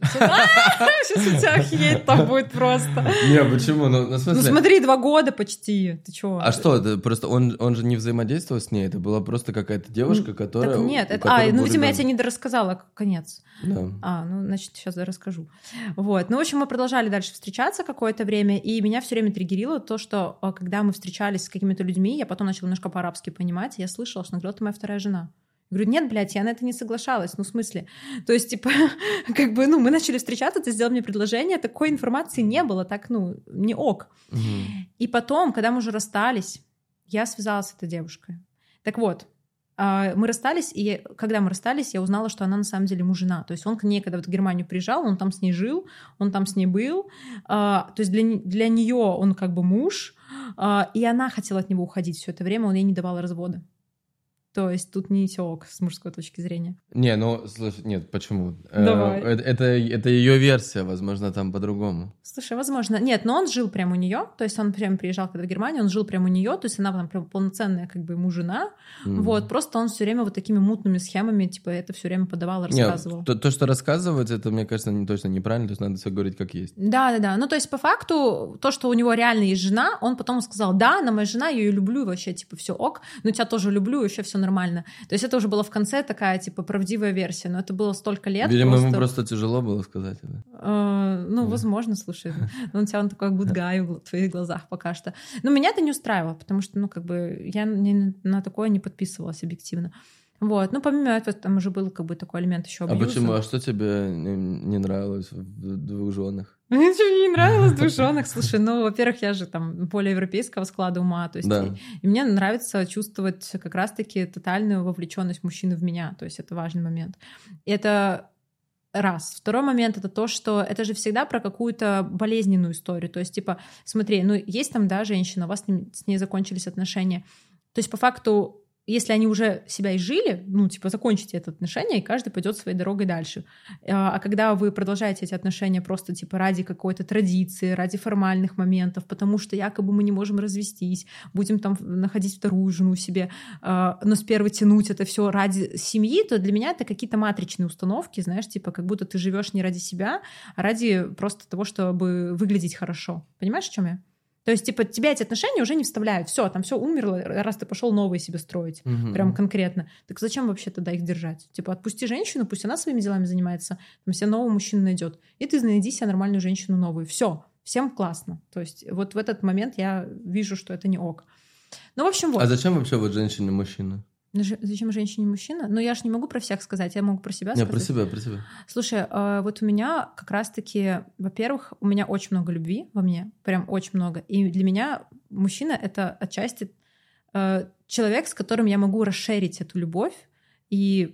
Сейчас у тебя хейт там будет просто. Не, почему? Ну, смотри, 2 года почти. Ты чего? А что? Просто он же не взаимодействовал с ней, это была просто какая-то девушка, которая... Так нет, видимо, я тебе не дорассказала конец. Да. Значит, сейчас я расскажу. Вот. В общем, мы продолжали дальше встречаться какое-то время, и меня все время триггерило то, что когда мы встречались с какими-то людьми, я потом начала немножко по-арабски понимать, и я слышала, что она говорила, ты моя вторая жена. Я говорю, нет, блядь, я на это не соглашалась. В смысле? То есть, типа, как бы, мы начали встречаться, ты сделал мне предложение, такой информации не было, так, не ок. И потом, когда мы уже расстались, я связалась с этой девушкой. Так вот, мы расстались, и когда мы расстались, я узнала, что она на самом деле ему жена. То есть он к ней, когда в Германию приезжал, он там с ней жил, он там с ней был. То есть для нее он как бы муж, и она хотела от него уходить все это время, он ей не давал развода. То есть тут не все ок с мужской точки зрения. Слушай, нет, почему? Давай. Это ее версия, возможно, там по-другому. Слушай, возможно. Нет, но он жил прямо у нее, то есть он прямо приезжал когда в Германию, он жил прямо у нее, то есть она там прям полноценная как бы ему жена. Вот, просто он все время вот такими мутными схемами, типа, это все время подавал, рассказывал. Нет, то, что рассказывать, это, мне кажется, точно неправильно, то есть надо все говорить как есть. Да. Ну, то есть, по факту, то, что у него реально есть жена, он потом сказал, да, она моя жена, я ее люблю, вообще, типа, все ок, но тебя тоже люблю, вообще все нормально. То есть это уже было в конце такая, типа, правдивая версия, но это было столько лет. Видимо, ему просто тяжело было сказать это. Возможно, слушай. Он такой good guy в твоих глазах пока что. Но меня это не устраивало, потому что, как бы, я на такое не подписывалась объективно. Вот. Помимо этого, там уже был как бы такой элемент еще абьюза. А почему? А что тебе не нравилось в 2 женах? Ничего мне не нравилось в 2 женах. Слушай, во-первых, я же там более европейского склада ума, то есть да. И мне нравится чувствовать как раз-таки тотальную вовлеченность мужчины в меня, то есть это важный момент. Это раз. Второй момент — это то, что это же всегда про какую-то болезненную историю, то есть типа, смотри, есть там, да, женщина, у вас с ней закончились отношения, то есть по факту если они уже себя изжили, закончите это отношение, и каждый пойдет своей дорогой дальше. А когда вы продолжаете эти отношения просто, ради какой-то традиции, ради формальных моментов, потому что якобы мы не можем развестись, будем там находить вторую жену себе, но с первой тянуть это все ради семьи, то для меня это какие-то матричные установки, знаешь, как будто ты живешь не ради себя, а ради просто того, чтобы выглядеть хорошо. Понимаешь, о чем я? То есть, типа, тебя эти отношения уже не вставляют. Все, там все умерло, раз ты пошел новые себе строить. Прям конкретно. Так зачем вообще тогда их держать? Типа, отпусти женщину, пусть она своими делами занимается, там себе нового мужчину найдет. И ты найди себе нормальную женщину новую. Все, всем классно. То есть, вот в этот момент я вижу, что это не ок. Ну, в общем, вот. А зачем вообще вот женщина и мужчина? Зачем женщине мужчина? Ну, я ж не могу про всех сказать, я могу про себя сказать. Про себя. Слушай, вот у меня как раз-таки, во-первых, у меня очень много любви во мне, прям очень много. И для меня мужчина — это отчасти человек, с которым я могу расширить эту любовь и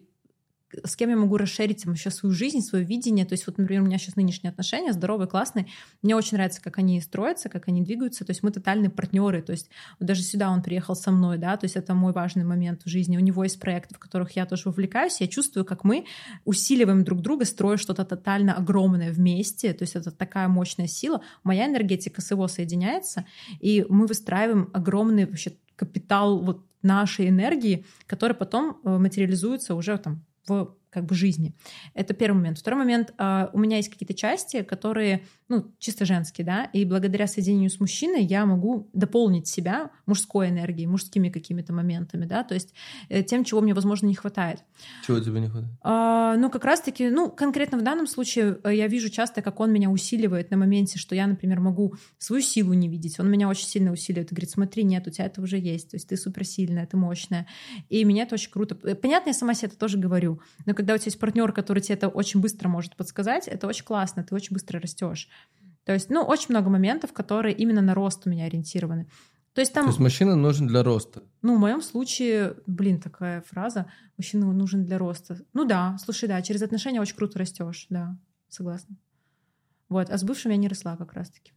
с кем я могу расширить вообще свою жизнь, свое видение. То есть вот, например, у меня сейчас нынешние отношения здоровые, классные. Мне очень нравится, как они строятся, как они двигаются. То есть мы тотальные партнеры. То есть вот даже сюда он приехал со мной, да, то есть это мой важный момент в жизни. У него есть проекты, в которых я тоже вовлекаюсь. Я чувствую, как мы усиливаем друг друга, строя что-то тотально огромное вместе. То есть это такая мощная сила. Моя энергетика с его соединяется, и мы выстраиваем огромный вообще капитал вот нашей энергии, который потом материализуется уже там в как бы жизни. Это первый момент. Второй момент. У меня есть какие-то части, которые, ну, чисто женские, да, и благодаря соединению с мужчиной я могу дополнить себя мужской энергией, мужскими какими-то моментами, да, то есть тем, чего мне, возможно, не хватает. Чего тебе не хватает? Ну, как раз-таки, ну, конкретно в данном случае я вижу часто, как он меня усиливает на моменте, что я, например, могу свою силу не видеть. Он меня очень сильно усиливает и говорит: смотри, нет, у тебя это уже есть, то есть ты суперсильная, ты мощная. И меня это очень круто. Понятно, я сама себе это тоже говорю, но когда у тебя есть партнер, который тебе это очень быстро может подсказать, это очень классно, ты очень быстро растешь. То есть, ну, очень много моментов, которые именно на рост у меня ориентированы. То есть мужчина нужен для роста? Ну, в моем случае, такая фраза: мужчина нужен для роста. Ну да, слушай, да, через отношения очень круто растешь, да, согласна. Вот, а с бывшим я не росла как раз-таки,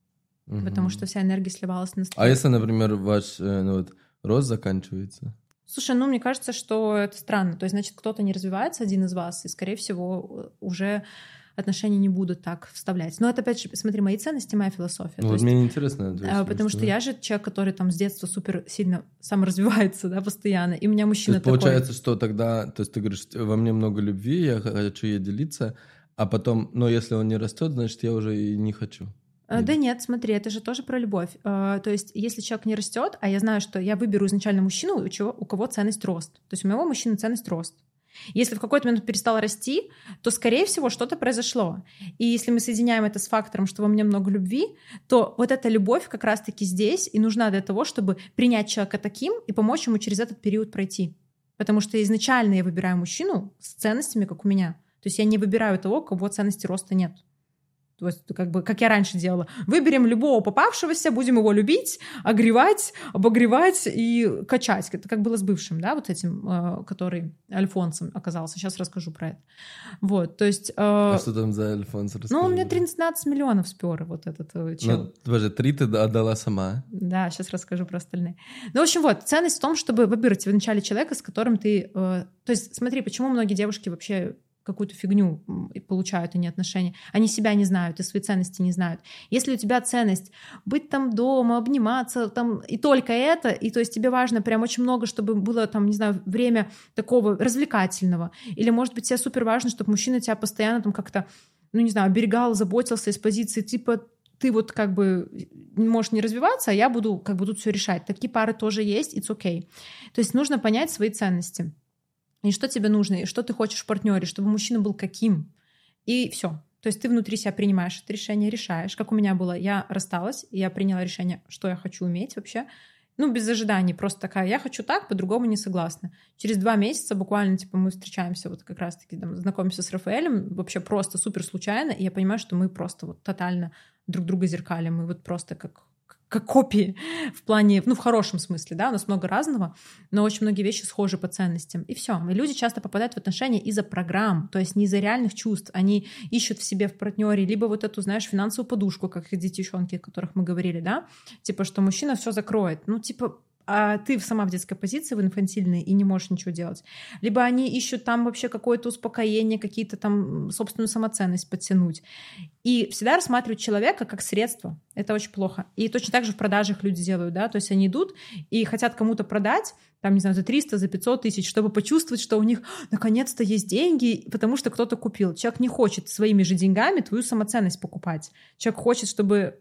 потому что вся энергия сливалась на сторону. А если, например, ваш рост заканчивается? Слушай, ну, мне кажется, что это странно. То есть, значит, кто-то не развивается, один из вас, и, скорее всего, уже отношения не будут так вставлять. Но это, опять же, смотри, мои ценности, моя философия. Ну, вот мне интересно. Потому что я же человек, который там с детства супер сильно саморазвивается, да, постоянно, и у меня мужчина такой. Получается, что тогда, то есть ты говоришь, во мне много любви, я хочу ей делиться, а потом, но если он не растет, значит, я уже и не хочу. Да нет, смотри, это же тоже про любовь. То есть, если человек не растет, а я знаю, что я выберу изначально мужчину, у кого ценность рост. То есть у моего мужчины ценность рост. Если в какой-то момент перестал расти, то, скорее всего, что-то произошло. И если мы соединяем это с фактором, что во мне много любви, то вот эта любовь как раз-таки здесь и нужна для того, чтобы принять человека таким и помочь ему через этот период пройти. Потому что изначально я выбираю мужчину с ценностями, как у меня. То есть я не выбираю того, у кого ценности роста нет. То есть, как я раньше делала. Выберем любого попавшегося, будем его любить, огревать, обогревать и качать. Это как было с бывшим, да, вот этим, который Альфонсом оказался. Сейчас расскажу про это. Вот, то есть... А что там за Альфонс? Расскажи. Ну, он мне 13 миллионов спер, вот этот чел. Ну, 3 ты отдала сама. Да, сейчас расскажу про остальные. Ну, в общем, вот, ценность в том, чтобы выбрать вначале человека, с которым ты... То есть, смотри, почему многие девушки вообще какую-то фигню получают, они отношения. Они себя не знают и свои ценности не знают. Если у тебя ценность быть там дома, обниматься, там, и только это, и то есть тебе важно прям очень много, чтобы было там, не знаю, время такого развлекательного. Или, может быть, тебе супер важно, чтобы мужчина тебя постоянно там как-то, ну, не знаю, оберегал, заботился из позиции типа ты вот как бы можешь не развиваться, а я буду как бы тут все решать. Такие пары тоже есть, it's okay. То есть нужно понять свои ценности. И что тебе нужно, и что ты хочешь в партнере, чтобы мужчина был каким. И все. То есть ты внутри себя принимаешь это решение, решаешь. Как у меня было, я рассталась, и я приняла решение, что я хочу уметь вообще. Ну, без ожиданий, просто такая, я хочу так, по-другому не согласна. Через 2 месяца буквально, типа, мы встречаемся, вот как раз-таки там, знакомимся с Рафаэлем, вообще просто супер случайно, и я понимаю, что мы просто вот тотально друг друга зеркалим, мы вот просто как копии в плане, ну, в хорошем смысле, да, у нас много разного, но очень многие вещи схожи по ценностям, и все. И люди часто попадают в отношения из-за программ, то есть не из-за реальных чувств, они ищут в себе в партнере либо вот эту, знаешь, финансовую подушку, как эти девчонки, о которых мы говорили, да, типа, что мужчина все закроет, ну, типа, а ты сама в детской позиции, в инфантильной, и не можешь ничего делать. Либо они ищут там вообще какое-то успокоение, какие-то там собственную самоценность подтянуть. И всегда рассматривают человека как средство. Это очень плохо. И точно так же в продажах люди делают, да, то есть они идут и хотят кому-то продать, там, не знаю, за 300, за 500 тысяч, чтобы почувствовать, что у них наконец-то есть деньги, потому что кто-то купил. Человек не хочет своими же деньгами твою самоценность покупать. Человек хочет, чтобы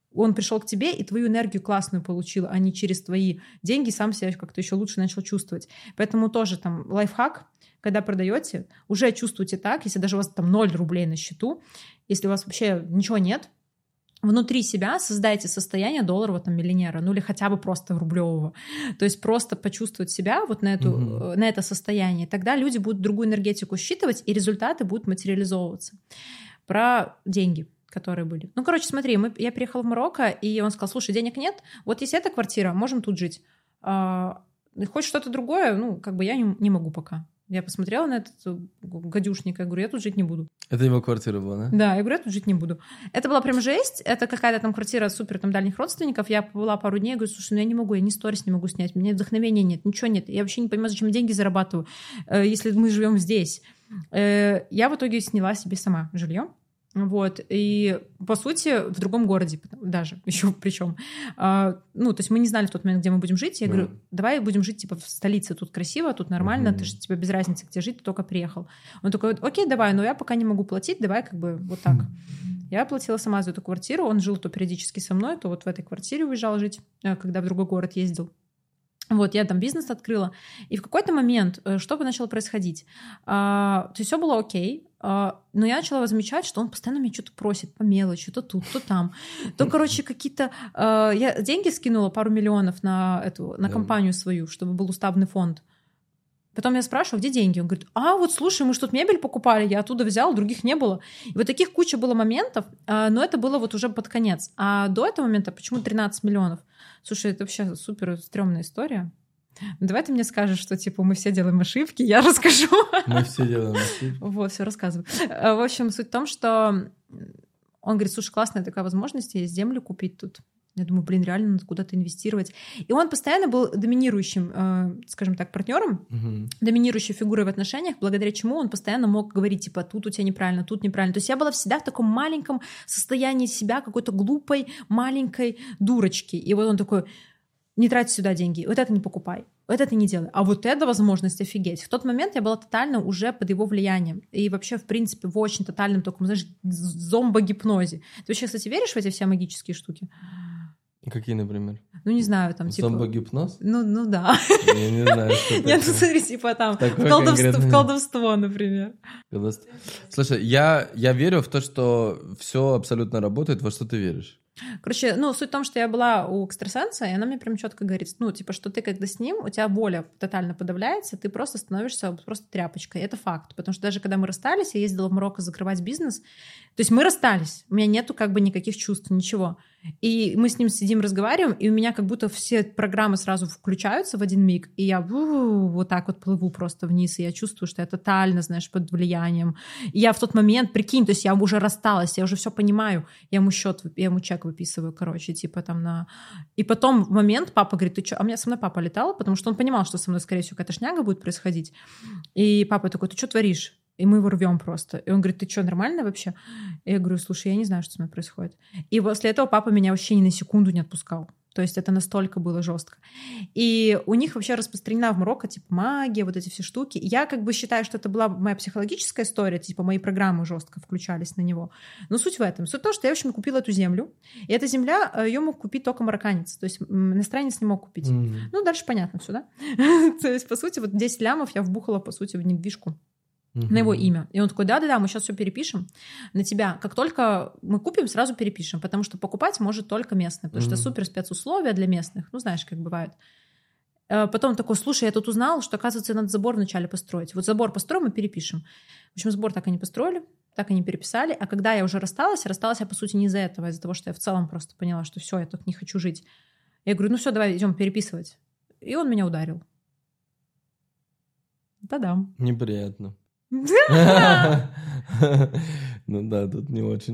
он пришел к тебе и твою энергию классную получил, а не через твои деньги сам себя как-то еще лучше начал чувствовать. Поэтому тоже там лайфхак, когда продаете, уже чувствуйте так, если даже у вас там 0 рублей на счету, если у вас вообще ничего нет, внутри себя создайте состояние долларового там миллионера, ну или хотя бы просто рублевого. То есть просто почувствовать себя вот на это состояние. Тогда люди будут другую энергетику считывать, и результаты будут материализовываться. Про деньги, которые были. Ну, короче, смотри, я приехала в Марокко, и он сказал, слушай, денег нет, вот есть эта квартира, можем тут жить. Хочешь что-то другое? Ну, как бы я не могу пока. Я посмотрела на этот гадюшник, я говорю, я тут жить не буду. Это его квартира была, да? Да, я говорю, я тут жить не буду. Это была прям жесть, это какая-то там квартира супер там дальних родственников, я побыла пару дней, говорю, слушай, ну я не могу, я ни сторис не могу снять, у меня вдохновения нет, ничего нет, я вообще не понимаю, зачем я деньги зарабатываю, если мы живем здесь. Я в итоге сняла себе сама жилье. Вот, и по сути в другом городе даже, еще причем. Ну, то есть мы не знали в тот момент, где мы будем жить. Я говорю, давай будем жить типа в столице, тут красиво, тут нормально, ты же тебе без разницы, где жить, ты только приехал. Он такой, окей, давай, но я пока не могу платить, давай как бы вот так. Я платила сама за эту квартиру, он жил то периодически со мной, то вот в этой квартире уезжал жить, когда в другой город ездил. Вот, я там бизнес открыла, и в какой-то момент что начало происходить? То есть все было окей, но я начала замечать, что он постоянно меня что-то просит по мелочи, то тут, то там. То, короче, какие-то... Я деньги скинула, пару миллионов на компанию свою, чтобы был уставный фонд. Потом я спрашиваю, где деньги? Он говорит, вот слушай, мы же тут мебель покупали, я оттуда взял, других не было. И вот таких куча было моментов, но это было вот уже под конец. А до этого момента почему 13 миллионов? Слушай, это вообще супер стрёмная история. Давай ты мне скажешь, что типа мы все делаем ошибки, я расскажу. Мы все делаем ошибки. Вот, все рассказываю. В общем, суть в том, что он говорит, слушай, классная такая возможность, есть землю купить тут. Я думаю, реально надо куда-то инвестировать. И он постоянно был доминирующим, скажем так, партнером, доминирующей фигурой в отношениях, благодаря чему он постоянно мог говорить, типа, тут у тебя неправильно, тут неправильно. То есть я была всегда в таком маленьком состоянии себя, какой-то глупой, маленькой дурочки. И вот он такой, не трать сюда деньги, вот это не покупай, вот это не делай. А вот это возможность офигеть. В тот момент я была тотально уже под его влиянием. И вообще, в принципе, в очень тотальном таком, знаешь, зомбогипнозе. Ты вообще, кстати, веришь в эти все магические штуки? Какие, например? Ну, не знаю, там, типа... Зомбогипноз? Ну да. Я не знаю, что это. Нет, ну смотри, типа там, в колдовство, например. Слушай, я верю в то, что все абсолютно работает, во что ты веришь. Короче, ну, суть в том, что я была у экстрасенса, и она мне прям четко говорит, ну, типа, что ты когда с ним, у тебя воля тотально подавляется, ты просто становишься просто тряпочкой. Это факт, потому что даже когда мы расстались, я ездила в Марокко закрывать бизнес, то есть мы расстались, у меня нету как бы никаких чувств, ничего. И мы с ним сидим, разговариваем, и у меня как будто все программы сразу включаются в один миг, и я вот так вот плыву просто вниз, и я чувствую, что я тотально, знаешь, под влиянием. И я в тот момент, прикинь, то есть я уже рассталась, я уже все понимаю, я ему чек выписываю, короче, типа там на... И потом в момент папа говорит, ты что? А у меня со мной папа летал, потому что он понимал, что со мной, скорее всего, какая-то шняга будет происходить. И папа такой, ты что творишь? И мы его рвем просто. И он говорит, ты что, нормально вообще? И я говорю, слушай, я не знаю, что со мной происходит. И после этого папа меня вообще ни на секунду не отпускал. То есть это настолько было жестко. И у них вообще распространена в Марокко типа магия, вот эти все штуки. Я как бы считаю, что это была моя психологическая история, типа мои программы жестко включались на него. Но суть в этом. Суть в том, что я, в общем, купила эту землю. И эта земля, ее мог купить только марокканец. То есть иностранец не мог купить. Ну, дальше понятно все, да? То есть, по сути, вот 10 лямов я вбухала, по сути, в недвижку. На его имя. И он такой, да-да-да, мы сейчас все перепишем на тебя. Как только мы купим, сразу перепишем, потому что покупать может только местный, потому что супер спецусловия для местных. Ну, знаешь, как бывает. Потом такой, слушай, я тут узнал, что, оказывается, надо забор вначале построить. Вот забор построим и перепишем. В общем, забор так и не построили, так и не переписали. А когда я уже рассталась я, по сути, не из-за этого, а из-за того, что я в целом просто поняла, что все, я так не хочу жить. Я говорю, ну все, давай идем переписывать. И он меня ударил. Та-дам. Неприятно. Ну да, тут не очень.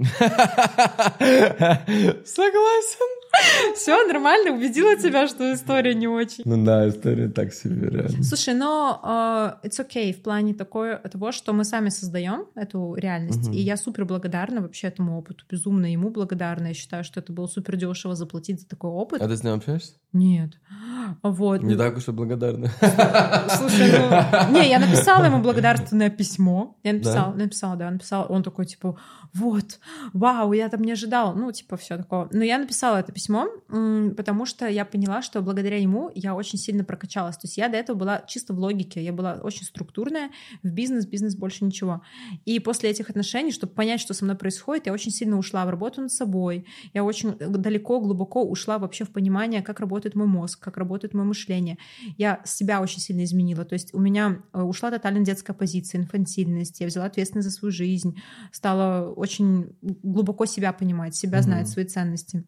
Согласен. Все нормально, убедила тебя, что история не очень. Ну да, история так себе реально. Слушай, но it's okay в плане того, что мы сами создаем эту реальность. И я супер благодарна вообще этому опыту, безумно ему благодарна. Я считаю, что это было супер дешево заплатить за такой опыт. А ты с ним общаешься? Нет. Вот. Не так уж и благодарна. Слушай, не, я написала ему благодарственное письмо. Я написала. Он такой, типа, вот, вау, я там не ожидала. Ну, типа, все такое. Но я написала это письмо, потому что я поняла, что благодаря ему я очень сильно прокачалась. То есть я до этого была чисто в логике. Я была очень структурная. В бизнес больше ничего. И после этих отношений, чтобы понять, что со мной происходит, я очень сильно ушла в работу над собой. Я очень далеко, глубоко ушла вообще в понимание, как работает мой мозг, как работает мое мышление. Я себя очень сильно изменила. То есть у меня ушла тотально детская позиция, инфантильность. Я взяла ответственность за свою жизнь, стала очень глубоко себя понимать, себя знать, свои ценности.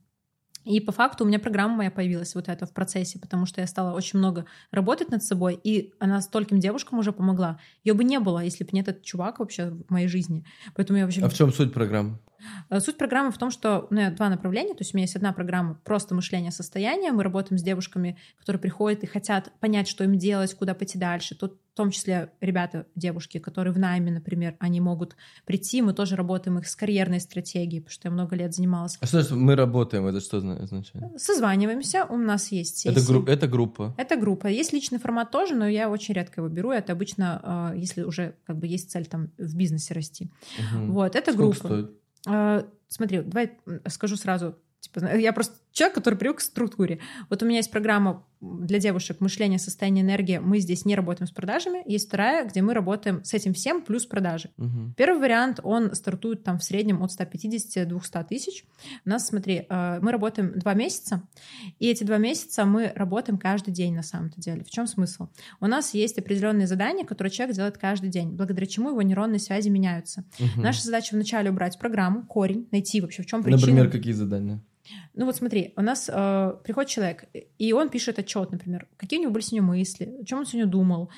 И по факту у меня программа моя появилась вот эта в процессе, потому что я стала очень много работать над собой, и она стольким девушкам уже помогла. Ее бы не было, если бы не этот чувак вообще в моей жизни. Поэтому я вообще... А в чем суть программы? Суть программы в том, что у меня 2 направления. То есть у меня есть одна программа «Просто мышление состояния». Мы работаем с девушками, которые приходят и хотят понять, что им делать, куда пойти дальше. Тут в том числе ребята, девушки, которые в найме, например, они могут прийти. Мы тоже работаем их с карьерной стратегией, потому что я много лет занималась. А что значит мы работаем? Это что означает? Созваниваемся, у нас есть сессии. Это группа? Это группа. Есть личный формат тоже, но я очень редко его беру. Это обычно, если уже как бы есть цель там в бизнесе расти. Вот, это Сколько группа. стоит? Смотри, давай скажу сразу. Типа, я просто человек, который привык к структуре. Вот у меня есть программа для девушек «Мышление, состояние, энергия». Мы здесь не работаем с продажами. Есть вторая, где мы работаем с этим всем плюс продажи. Первый вариант, он стартует там в среднем от 150-200 тысяч. У нас, смотри, мы работаем 2 месяца, и эти 2 месяца мы работаем каждый день на самом-то деле. В чем смысл? У нас есть определенные задания, которые человек делает каждый день, благодаря чему его нейронные связи меняются. Наша задача вначале убрать программу, корень, найти вообще в чем причина. Например, какие задания? Ну вот смотри, у нас приходит человек, и он пишет отчет, например, какие у него были сегодня мысли, о чем он сегодня думал.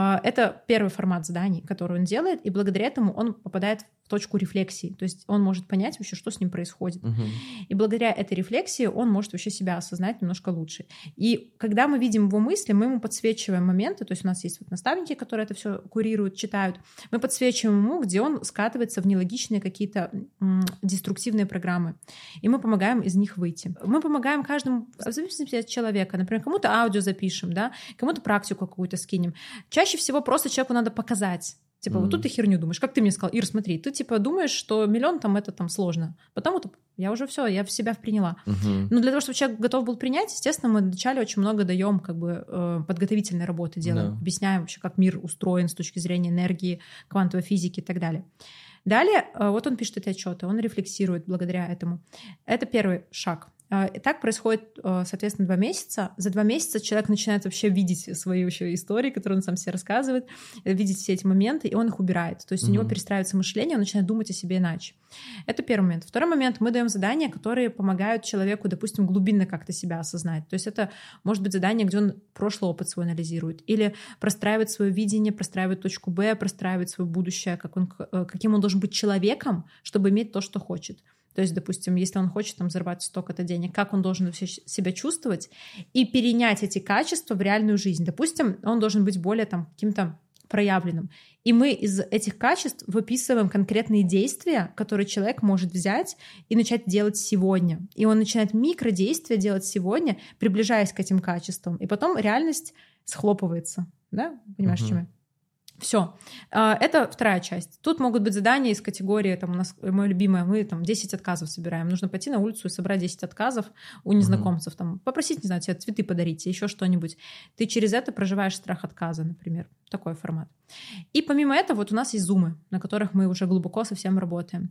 Это первый формат заданий, который он делает, и благодаря этому он попадает в точку рефлексии. То есть он может понять вообще, что с ним происходит. И благодаря этой рефлексии он может вообще себя осознать немножко лучше. И когда мы видим его мысли, мы ему подсвечиваем моменты, то есть у нас есть вот наставники, которые это все курируют, читают, мы подсвечиваем ему, где он скатывается в нелогичные какие-то деструктивные программы. И мы помогаем из них выйти. Мы помогаем каждому, в зависимости от человека. Например, кому-то аудио запишем, да, кому-то практику какую-то скинем. Чаще всего просто человеку надо показать. Типа, вот тут ты херню думаешь. Как ты мне сказал, Ир, смотри, ты типа думаешь, что 1 000 000 там это там сложно. Потом вот я уже все, я в себя приняла. Но для того, чтобы человек готов был принять, естественно, мы вначале очень много даем как бы подготовительной работы делаем, объясняем вообще, как мир устроен с точки зрения энергии, квантовой физики и так далее. Далее, вот он пишет эти отчеты, он рефлексирует благодаря этому. Это первый шаг. И так происходит, соответственно, 2 месяца. За 2 месяца человек начинает вообще видеть свои еще истории, которые он сам себе рассказывает, видеть все эти моменты, и он их убирает. То есть у него перестраивается мышление, он начинает думать о себе иначе. Это первый момент. Второй момент. Мы даем задания, которые помогают человеку, допустим, глубинно как-то себя осознать. То есть это может быть задание, где он прошлый опыт свой анализирует, или простраивает свое видение, простраивает точку Б, простраивает свое будущее, каким он должен быть человеком, чтобы иметь то, что хочет. То есть, допустим, если он хочет там зарабатывать столько-то денег, как он должен себя чувствовать и перенять эти качества в реальную жизнь. Допустим, он должен быть более там каким-то проявленным. И мы из этих качеств выписываем конкретные действия, которые человек может взять и начать делать сегодня. И он начинает микродействия делать сегодня, приближаясь к этим качествам. И потом реальность схлопывается. Да? Понимаешь, чем я? Все. Это вторая часть. Тут могут быть задания из категории, там у нас, мое любимое, мы там 10 отказов собираем. Нужно пойти на улицу и собрать 10 отказов у незнакомцев. Там, попросить, не знаю, тебе цветы подарить, еще что-нибудь. Ты через это проживаешь страх отказа, например. Такой формат. И помимо этого вот у нас есть зумы, на которых мы уже глубоко совсем работаем.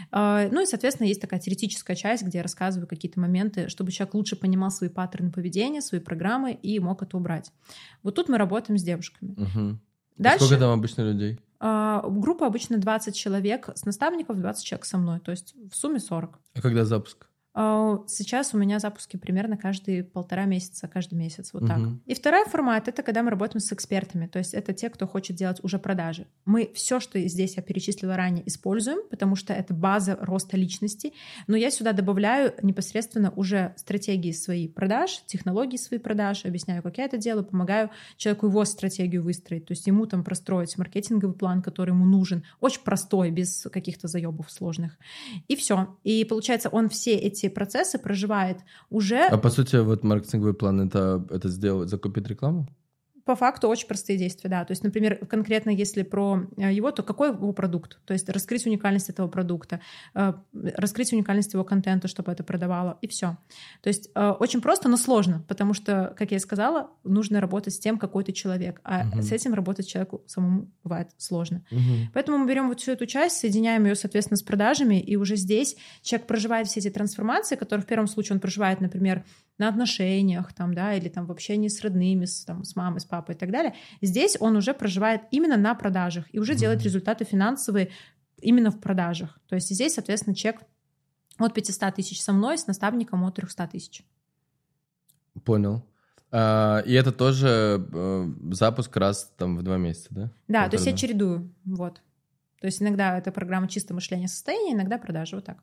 Ну и, соответственно, есть такая теоретическая часть, где я рассказываю какие-то моменты, чтобы человек лучше понимал свои паттерны поведения, свои программы и мог это убрать. Вот тут мы работаем с девушками. Дальше, сколько там обычно людей? Группа обычно 20 человек, с наставников 20 человек со мной, то есть в сумме 40. А когда запуск? Сейчас у меня запуски примерно каждые 1,5 месяца, каждый месяц, вот так. И второй формат — это когда мы работаем с экспертами, то есть это те, кто хочет делать уже продажи. Мы все, что здесь я перечислила ранее, используем, потому что это база роста личности, но я сюда добавляю непосредственно уже стратегии свои продаж, технологии свои продаж, объясняю, как я это делаю, помогаю человеку его стратегию выстроить, то есть ему там простроить маркетинговый план, который ему нужен, очень простой, без каких-то заебов сложных. И все. И получается, он все эти эти процессы проживает уже... А по сути, вот маркетинговый план — это сделать, закупить рекламу? По факту очень простые действия, да. То есть, например, конкретно если про его, то какой его продукт? То есть раскрыть уникальность этого продукта, раскрыть уникальность его контента, чтобы это продавало, и все. То есть очень просто, но сложно, потому что, как я и сказала, нужно работать с тем, какой ты человек, а с этим работать человеку самому бывает сложно. Поэтому мы берем вот всю эту часть, соединяем ее, соответственно, с продажами, и уже здесь человек проживает все эти трансформации, которые в первом случае он проживает, например, на отношениях, там, да, или там в общении с родными, с мамой, с папой и так далее. Здесь он уже проживает именно на продажах и уже делает результаты финансовые именно в продажах. То есть здесь, соответственно, чек от 500 тысяч со мной, с наставником от 300 тысяч. Понял. И это тоже запуск раз там в 2 месяца, да? Да, то есть я чередую, вот. То есть иногда это программа чисто мышления состояния, иногда продажи, вот так.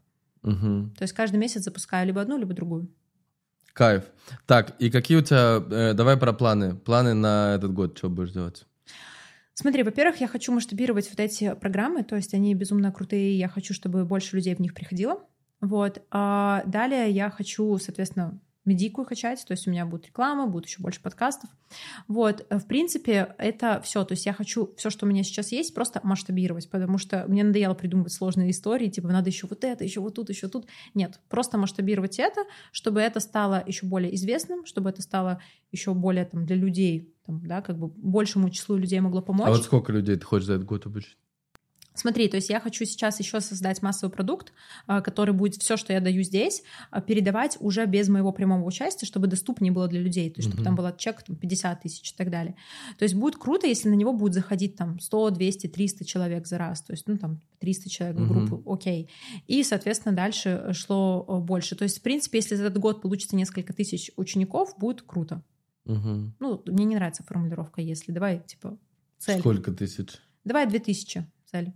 То есть каждый месяц запускаю либо одну, либо другую. Кайф. Так, и какие у тебя... давай про планы. Планы на этот год, что будешь делать? Смотри, во-первых, я хочу масштабировать вот эти программы, то есть они безумно крутые, я хочу, чтобы больше людей в них приходило. Вот. А далее я хочу, соответственно, медийку качать, то есть у меня будет реклама, будет еще больше подкастов. Вот, в принципе, это все. То есть я хочу все, что у меня сейчас есть, просто масштабировать, потому что мне надоело придумывать сложные истории, типа надо еще вот это, еще вот тут, еще тут. Нет, просто масштабировать это, чтобы это стало еще более известным, чтобы это стало еще более там, для людей, там, да, как бы большему числу людей могло помочь. А вот сколько людей ты хочешь за этот год обучить? Смотри, то есть я хочу сейчас еще создать массовый продукт, который будет все, что я даю здесь, передавать уже без моего прямого участия, чтобы доступнее было для людей, то есть чтобы там был чек там, 50 тысяч и так далее. То есть будет круто, если на него будет заходить там 100, 200, 300 человек за раз, то есть ну там 300 человек в группу, окей. И, соответственно, дальше шло больше. То есть, в принципе, если за этот год получится несколько тысяч учеников, будет круто. Ну, мне не нравится формулировка «если». Давай, типа, цель. Сколько тысяч? Давай 2000 цель.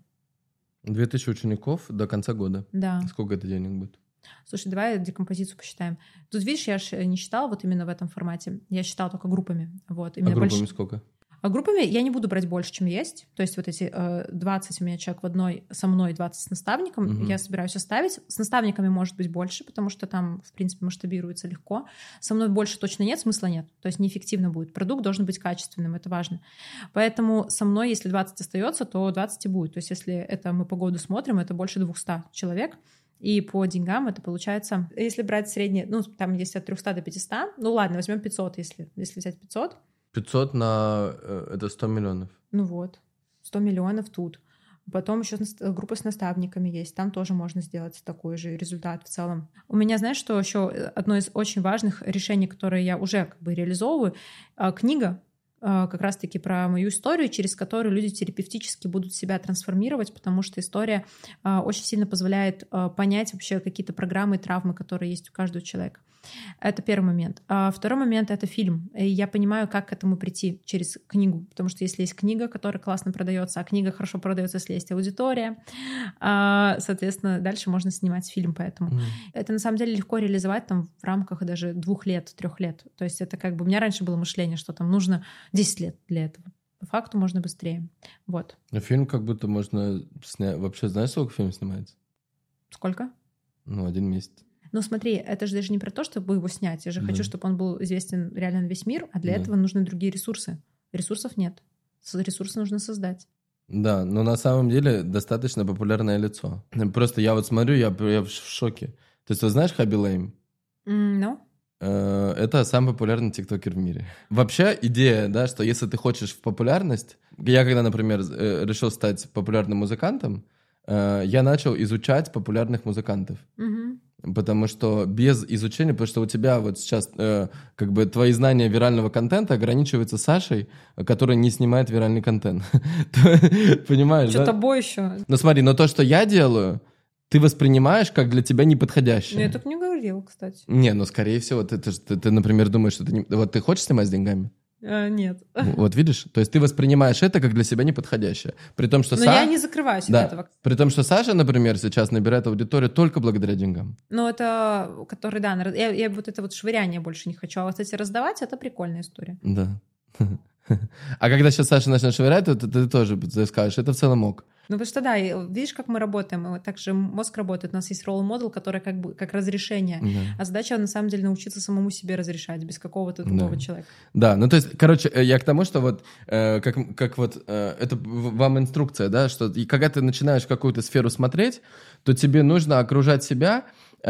2000 учеников до конца года? Да. Сколько это денег будет? Слушай, давай декомпозицию посчитаем. Тут, видишь, я же не считала вот именно в этом формате. Я считала только группами. Вот, именно группами сколько? А группами я не буду брать больше, чем есть. То есть вот эти 20 у меня человек в одной со мной, 20 с наставником. Я собираюсь оставить. С наставниками может быть больше, потому что там, в принципе, масштабируется легко. Со мной больше точно нет, смысла нет. То есть неэффективно будет. Продукт должен быть качественным, это важно. Поэтому со мной, если 20 остается, то 20 и будет. То есть если это мы по году смотрим, это больше 200 человек. И по деньгам это получается, если брать среднее, ну, там есть от 300 до 500, ну ладно, возьмем 500, если взять 500. 500 на... это 100 миллионов. Ну вот, 100 миллионов тут. Потом еще группа с наставниками есть, там тоже можно сделать такой же результат в целом. У меня, знаешь, что еще одно из очень важных решений, которые я уже как бы реализовываю, книга, как раз-таки про мою историю, через которую люди терапевтически будут себя трансформировать, потому что история очень сильно позволяет понять вообще какие-то программы и травмы, которые есть у каждого человека. Это первый момент. Второй момент — это фильм. И я понимаю, как к этому прийти через книгу, потому что если есть книга, которая классно продается, а книга хорошо продается, если есть аудитория, соответственно, дальше можно снимать фильм. Поэтому это на самом деле легко реализовать там в рамках даже 2 лет, 3 лет. То есть это как бы... У меня раньше было мышление, что там нужно 10 лет для этого. По факту можно быстрее. Вот. А фильм как будто можно снять... Вообще знаешь, сколько фильм снимается? Сколько? 1 месяц. Ну смотри, это же даже не про то, чтобы его снять. Я же хочу, чтобы он был известен реально на весь мир, а для этого нужны другие ресурсы. Ресурсов нет. Ресурсы нужно создать. Да, но на самом деле достаточно популярное лицо. Просто я вот смотрю, я в шоке. То есть, ты знаешь Хаби Лейм? Ну? Это самый популярный тиктокер в мире. Вообще идея, да, что если ты хочешь в популярность... Я когда, например, решил стать популярным музыкантом, я начал изучать популярных музыкантов. Потому что без изучения, потому что у тебя вот сейчас как бы твои знания вирального контента ограничиваются Сашей, который не снимает виральный контент. Понимаешь, да? Что тобой еще? Ну смотри, но то, что я делаю, ты воспринимаешь как для тебя неподходящее. Я так не говорила, кстати. Не, ну скорее всего, ты, например, думаешь, что вот ты хочешь снимать с деньгами? Нет. Вот видишь? То есть ты воспринимаешь это как для себя неподходящее. При том, что я не закрываюсь от этого. При том, что Саша, например, сейчас набирает аудиторию только благодаря деньгам. Ну, это, который, да, я вот это вот швыряние больше не хочу. А вот эти раздавать, это прикольная история. Да. А когда сейчас Саша начнет швырять, то ты тоже скажешь, это в целом ок. Ну, потому что, да, видишь, как мы работаем, также мозг работает, у нас есть ролл-модел, который как разрешение, а задача, на самом деле, научиться самому себе разрешать, без какого-то другого человека. Да, ну, то есть, короче, я к тому, что вот, как вот, это вам инструкция, да, что когда ты начинаешь какую-то сферу смотреть, то тебе нужно окружать себя,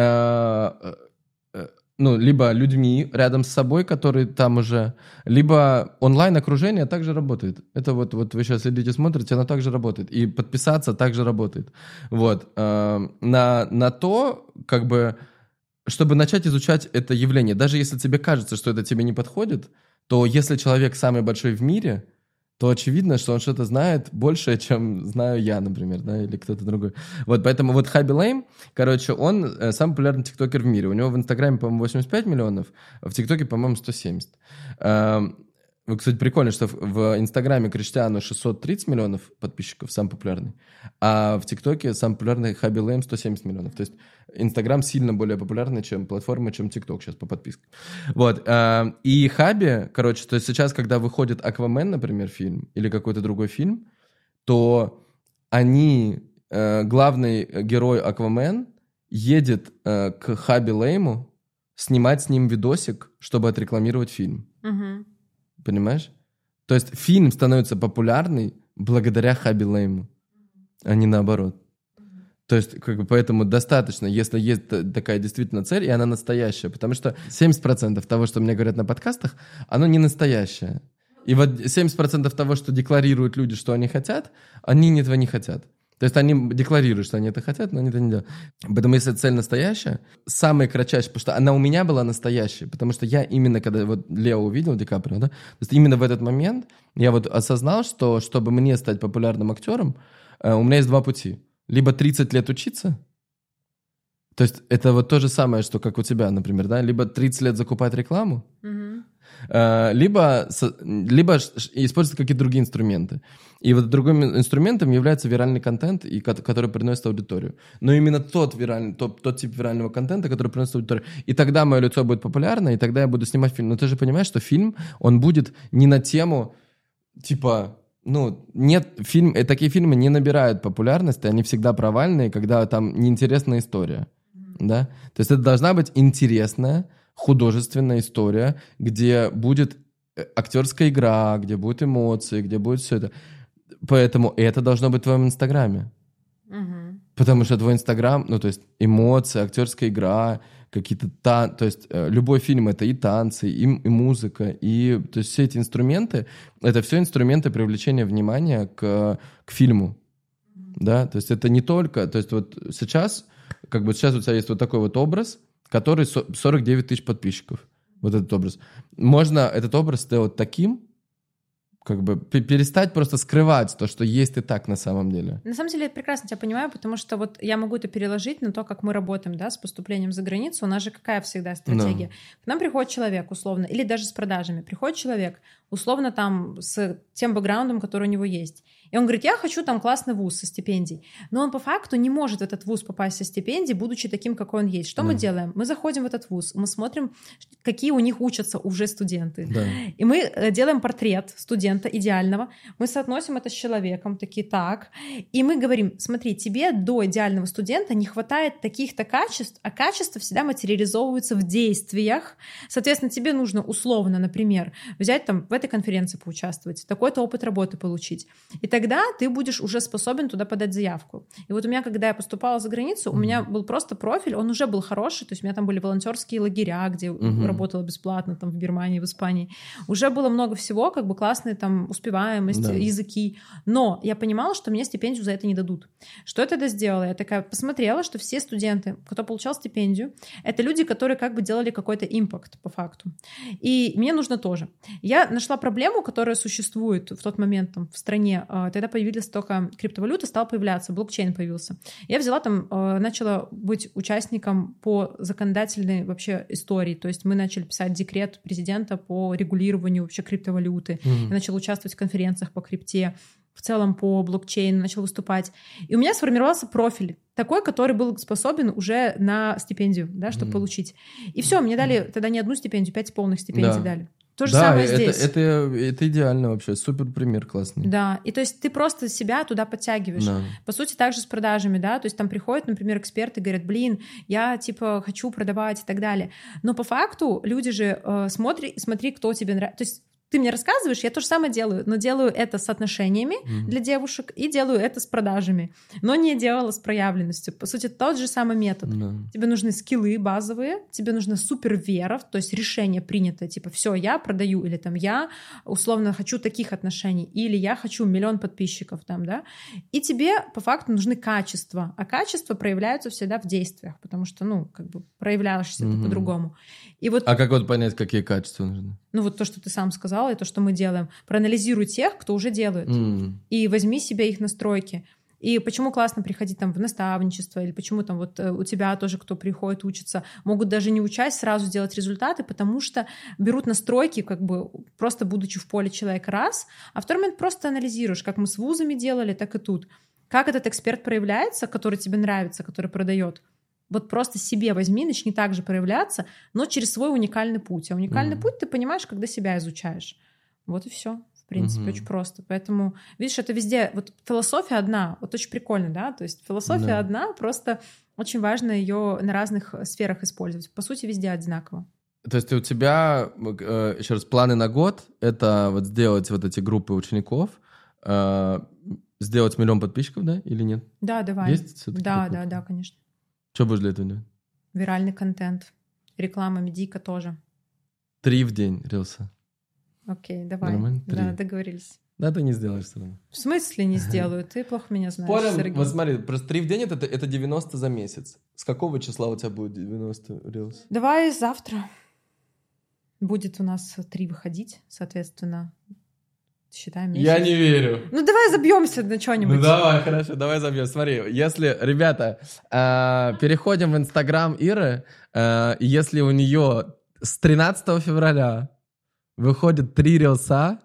либо людьми рядом с собой, которые там уже, либо онлайн-окружение также работает. Это вот вы сейчас сидите, смотрите, оно также работает. И подписаться также работает. Вот. На то, как бы, чтобы начать изучать это явление. Даже если тебе кажется, что это тебе не подходит, то если человек самый большой в мире, то очевидно, что он что-то знает больше, чем знаю я, например, да, или кто-то другой. Вот, поэтому вот Хаби Лейм, короче, он самый популярный тиктокер в мире. У него в Инстаграме, по-моему, 85 миллионов, а в ТикТоке, по-моему, 170. Кстати, прикольно, что в Инстаграме Криштиану 630 миллионов подписчиков, самый популярный, а в ТикТоке самый популярный Хаби Лейм 170 миллионов. То есть Инстаграм сильно более популярный, чем платформа, чем ТикТок сейчас по подпискам. Вот. И Хаби, короче, то есть сейчас, когда выходит Аквамен, например, фильм, или какой-то другой фильм, то главный герой Аквамен едет к Хаби Лейму снимать с ним видосик, чтобы отрекламировать фильм. Угу. Понимаешь? То есть фильм становится популярный благодаря Хаби Лейму, а не наоборот. То есть, как бы, поэтому достаточно, если есть такая действительно цель, и она настоящая. Потому что 70% того, что мне говорят на подкастах, оно не настоящее. И вот 70% того, что декларируют люди, что они хотят, они этого не хотят. То есть они декларируют, что они это хотят, но они это не делают. Поэтому если цель настоящая, самая кратчайшая, потому что она у меня была настоящая, потому что я именно, когда вот Лео увидел, Ди Каприо, да, то есть именно в этот момент я вот осознал, что чтобы мне стать популярным актером, у меня есть два пути. Либо 30 лет учиться, то есть это вот то же самое, что как у тебя, например, да, либо 30 лет закупать рекламу, либо использовать какие-то другие инструменты. И вот другим инструментом является виральный контент, который приносит аудиторию. Но именно тот тип вирального контента, который приносит аудиторию. И тогда мое лицо будет популярно, и тогда я буду снимать фильм. Но ты же понимаешь, что фильм, он будет не на тему, типа... такие фильмы не набирают популярности, они всегда провальные, когда там неинтересная история. Да? То есть это должна быть интересная, художественная история, где будет актерская игра, где будут эмоции, где будет все это. Поэтому это должно быть в твоем Инстаграме. Потому что твой Инстаграм, то есть эмоции, актерская игра, какие-то то есть любой фильм — это и танцы, и музыка, и то есть все эти инструменты, это все инструменты привлечения внимания к фильму. Да? То есть это не только... То есть вот сейчас у тебя есть вот такой вот образ, который 49 тысяч подписчиков. Вот этот образ. Можно этот образ сделать таким, как бы перестать просто скрывать то, что есть и так на самом деле. На самом деле я прекрасно тебя понимаю, потому что вот я могу это переложить на то, как мы работаем, да, с поступлением за границу. У нас же какая всегда стратегия? К нам приходит человек, условно, или даже с продажами. Приходит человек, условно, там, с тем бэкграундом, который у него есть. И он говорит, я хочу там классный вуз со стипендией. Но он по факту не может в этот вуз попасть со стипендией, будучи таким, какой он есть. Что мы делаем? Мы заходим в этот вуз, мы смотрим, какие у них учатся уже студенты. И мы делаем портрет студента идеального, мы соотносим это с человеком, такие, так, и мы говорим, смотри, тебе до идеального студента не хватает таких-то качеств, а качества всегда материализовываются в действиях. Соответственно, тебе нужно условно, например, взять там в этой конференции поучаствовать, такой-то опыт работы получить. И тогда ты будешь уже способен туда подать заявку. И вот у меня, когда я поступала за границу, у меня был просто профиль, он уже был хороший, то есть у меня там были волонтерские лагеря, где работала бесплатно, там в Германии, в Испании. Уже было много всего, как бы классные там успеваемость, языки. Но я понимала, что мне стипендию за это не дадут. Что я тогда сделала? Я такая посмотрела, что все студенты, кто получал стипендию, это люди, которые как бы делали какой-то импакт по факту. И мне нужно тоже. Я нашла проблему, которая существует в тот момент там, в стране. Тогда появилась только криптовалюта, стала появляться, блокчейн появился. Я взяла там, начала быть участником по законодательной вообще истории. То есть мы начали писать декрет президента по регулированию вообще криптовалюты. Я начала участвовать в конференциях по крипте, в целом по блокчейну, начала выступать. И у меня сформировался профиль такой, который был способен уже на стипендию, да, чтобы получить. И все, мне дали тогда не одну стипендию, 5 полных стипендий дали. То же самое это, здесь. Это идеально вообще, супер пример классный. Да, и то есть ты просто себя туда подтягиваешь. Да. По сути, так же с продажами, да, то есть там приходят, например, эксперты, говорят, блин, я типа хочу продавать и так далее. Но по факту люди же смотри, кто тебе нравится. То есть ты мне рассказываешь, я то же самое делаю, но делаю это с отношениями для девушек и делаю это с продажами, но не делала с проявленностью. По сути, тот же самый метод. Тебе нужны скиллы базовые, тебе нужна супервера, то есть решение принято, типа, все, я продаю, или там я условно хочу таких отношений, или я хочу 1 миллион подписчиков, там, да, и тебе по факту нужны качества, а качества проявляются всегда в действиях, потому что, ну, как бы проявляешься ты по-другому. И вот... А как вот понять, какие качества нужны? Ну вот то, что ты сам сказал, и то, что мы делаем. Проанализируй тех, кто уже делает. И возьми себе их настройки. И почему классно приходить там в наставничество, или почему там вот у тебя тоже, кто приходит учиться, могут даже не учась сразу делать результаты, потому что берут настройки, как бы просто будучи в поле человека раз, а второй момент просто анализируешь, как мы с вузами делали, так и тут. Как этот эксперт проявляется, который тебе нравится, который продает. Вот просто себе возьми, начни так же проявляться, но через свой уникальный путь. А уникальный путь ты понимаешь, когда себя изучаешь. Вот и все. В принципе, очень просто. Поэтому, видишь, это везде... Вот философия одна. Вот очень прикольно, да? То есть философия одна, просто очень важно ее на разных сферах использовать. По сути, везде одинаково. То есть у тебя, еще раз, планы на год — это вот сделать вот эти группы учеников, сделать 1 миллион подписчиков, да, или нет? Да, давай. Есть всё-таки такое? Да, конечно. Что будешь для этого делать? Виральный контент. Реклама, медийка тоже. 3 в день рилса. Окей, давай. Нормально? 3. Да, договорились. Да, ты не сделаешь все равно. В смысле не сделаю? Ты плохо меня знаешь, Спорим, Сергей. вот смотри, просто 3 в день это 90 за месяц. С какого числа у тебя будет 90 рилс? Давай завтра. Будет у нас 3 выходить, соответственно. Считаем месяц. Я не верю. Ну давай забьемся на что-нибудь. Ну давай, хорошо, давай забьем. Смотри, если, ребята, переходим в Инстаграм Иры, если у нее с 13 февраля выходит 3 рилса,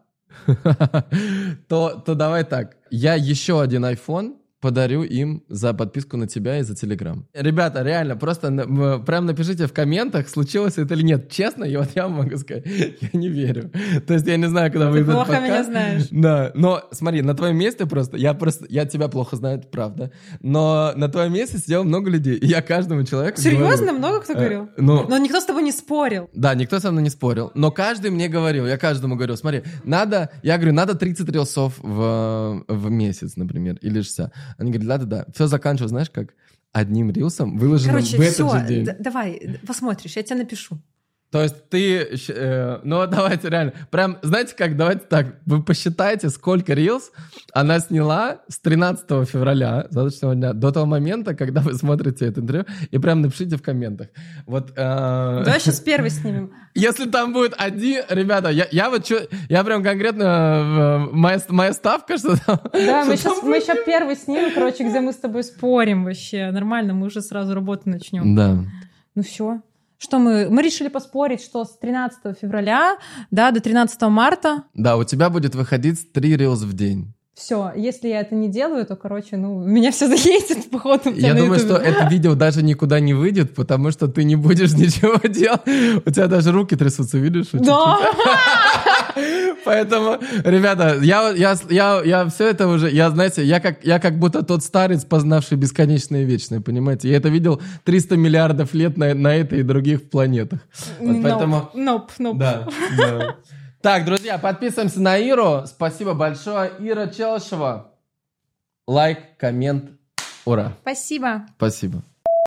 то давай так. Я еще один iPhone подарю им за подписку на тебя и за Телеграм. Ребята, реально, просто прям напишите в комментах, случилось это или нет. Честно, я вам могу сказать, я не верю. То есть я не знаю, когда выйдет подкаст. Ты плохо меня знаешь. Да, но смотри, на твоем месте я тебя плохо знаю, это правда. Но на твоем месте сидело много людей, и я каждому человеку Серьезно? говорю, Много кто говорил? Но никто с тобой не спорил. Да, никто со мной не спорил. Но каждый мне говорил, я каждому говорил, смотри, надо 30 рилсов в месяц, например, или 60. Они говорят, да. Все заканчивалось, знаешь, как одним рилсом, выложенным в этот же день. Давай, посмотришь, я тебе напишу. То есть ты... ну, давайте реально. Прям, знаете как, давайте так. Вы посчитайте, сколько рилс она сняла с 13 февраля завтрашнего дня до того момента, когда вы смотрите это интервью, и прям напишите в комментах. Вот... Давай сейчас первый снимем. Если там будет один... Ребята, я прям конкретно... Моя ставка, что там... Да, мы сейчас первый снимем, короче, где мы с тобой спорим вообще. Нормально, мы уже сразу работу начнем. Да. Ну все. Что мы решили поспорить, что с 13 февраля, да, до 13 марта. Да, у тебя будет выходить 3 рилс в день. Все, если я это не делаю, то, короче, меня все заедет, походу. Я думаю, что это видео даже никуда не выйдет, потому что ты не будешь ничего делать. У тебя даже руки трясутся, видишь? Да! Поэтому, ребята, я все это уже, знаете, я как будто тот старец, познавший бесконечное и вечное, понимаете? Я это видел 300 миллиардов лет на этой и других планетах. Вот поэтому... Nope. Да. Так, друзья, подписываемся на Иру. Спасибо большое. Ира Челышева. Лайк, коммент. Ура. Спасибо. Спасибо.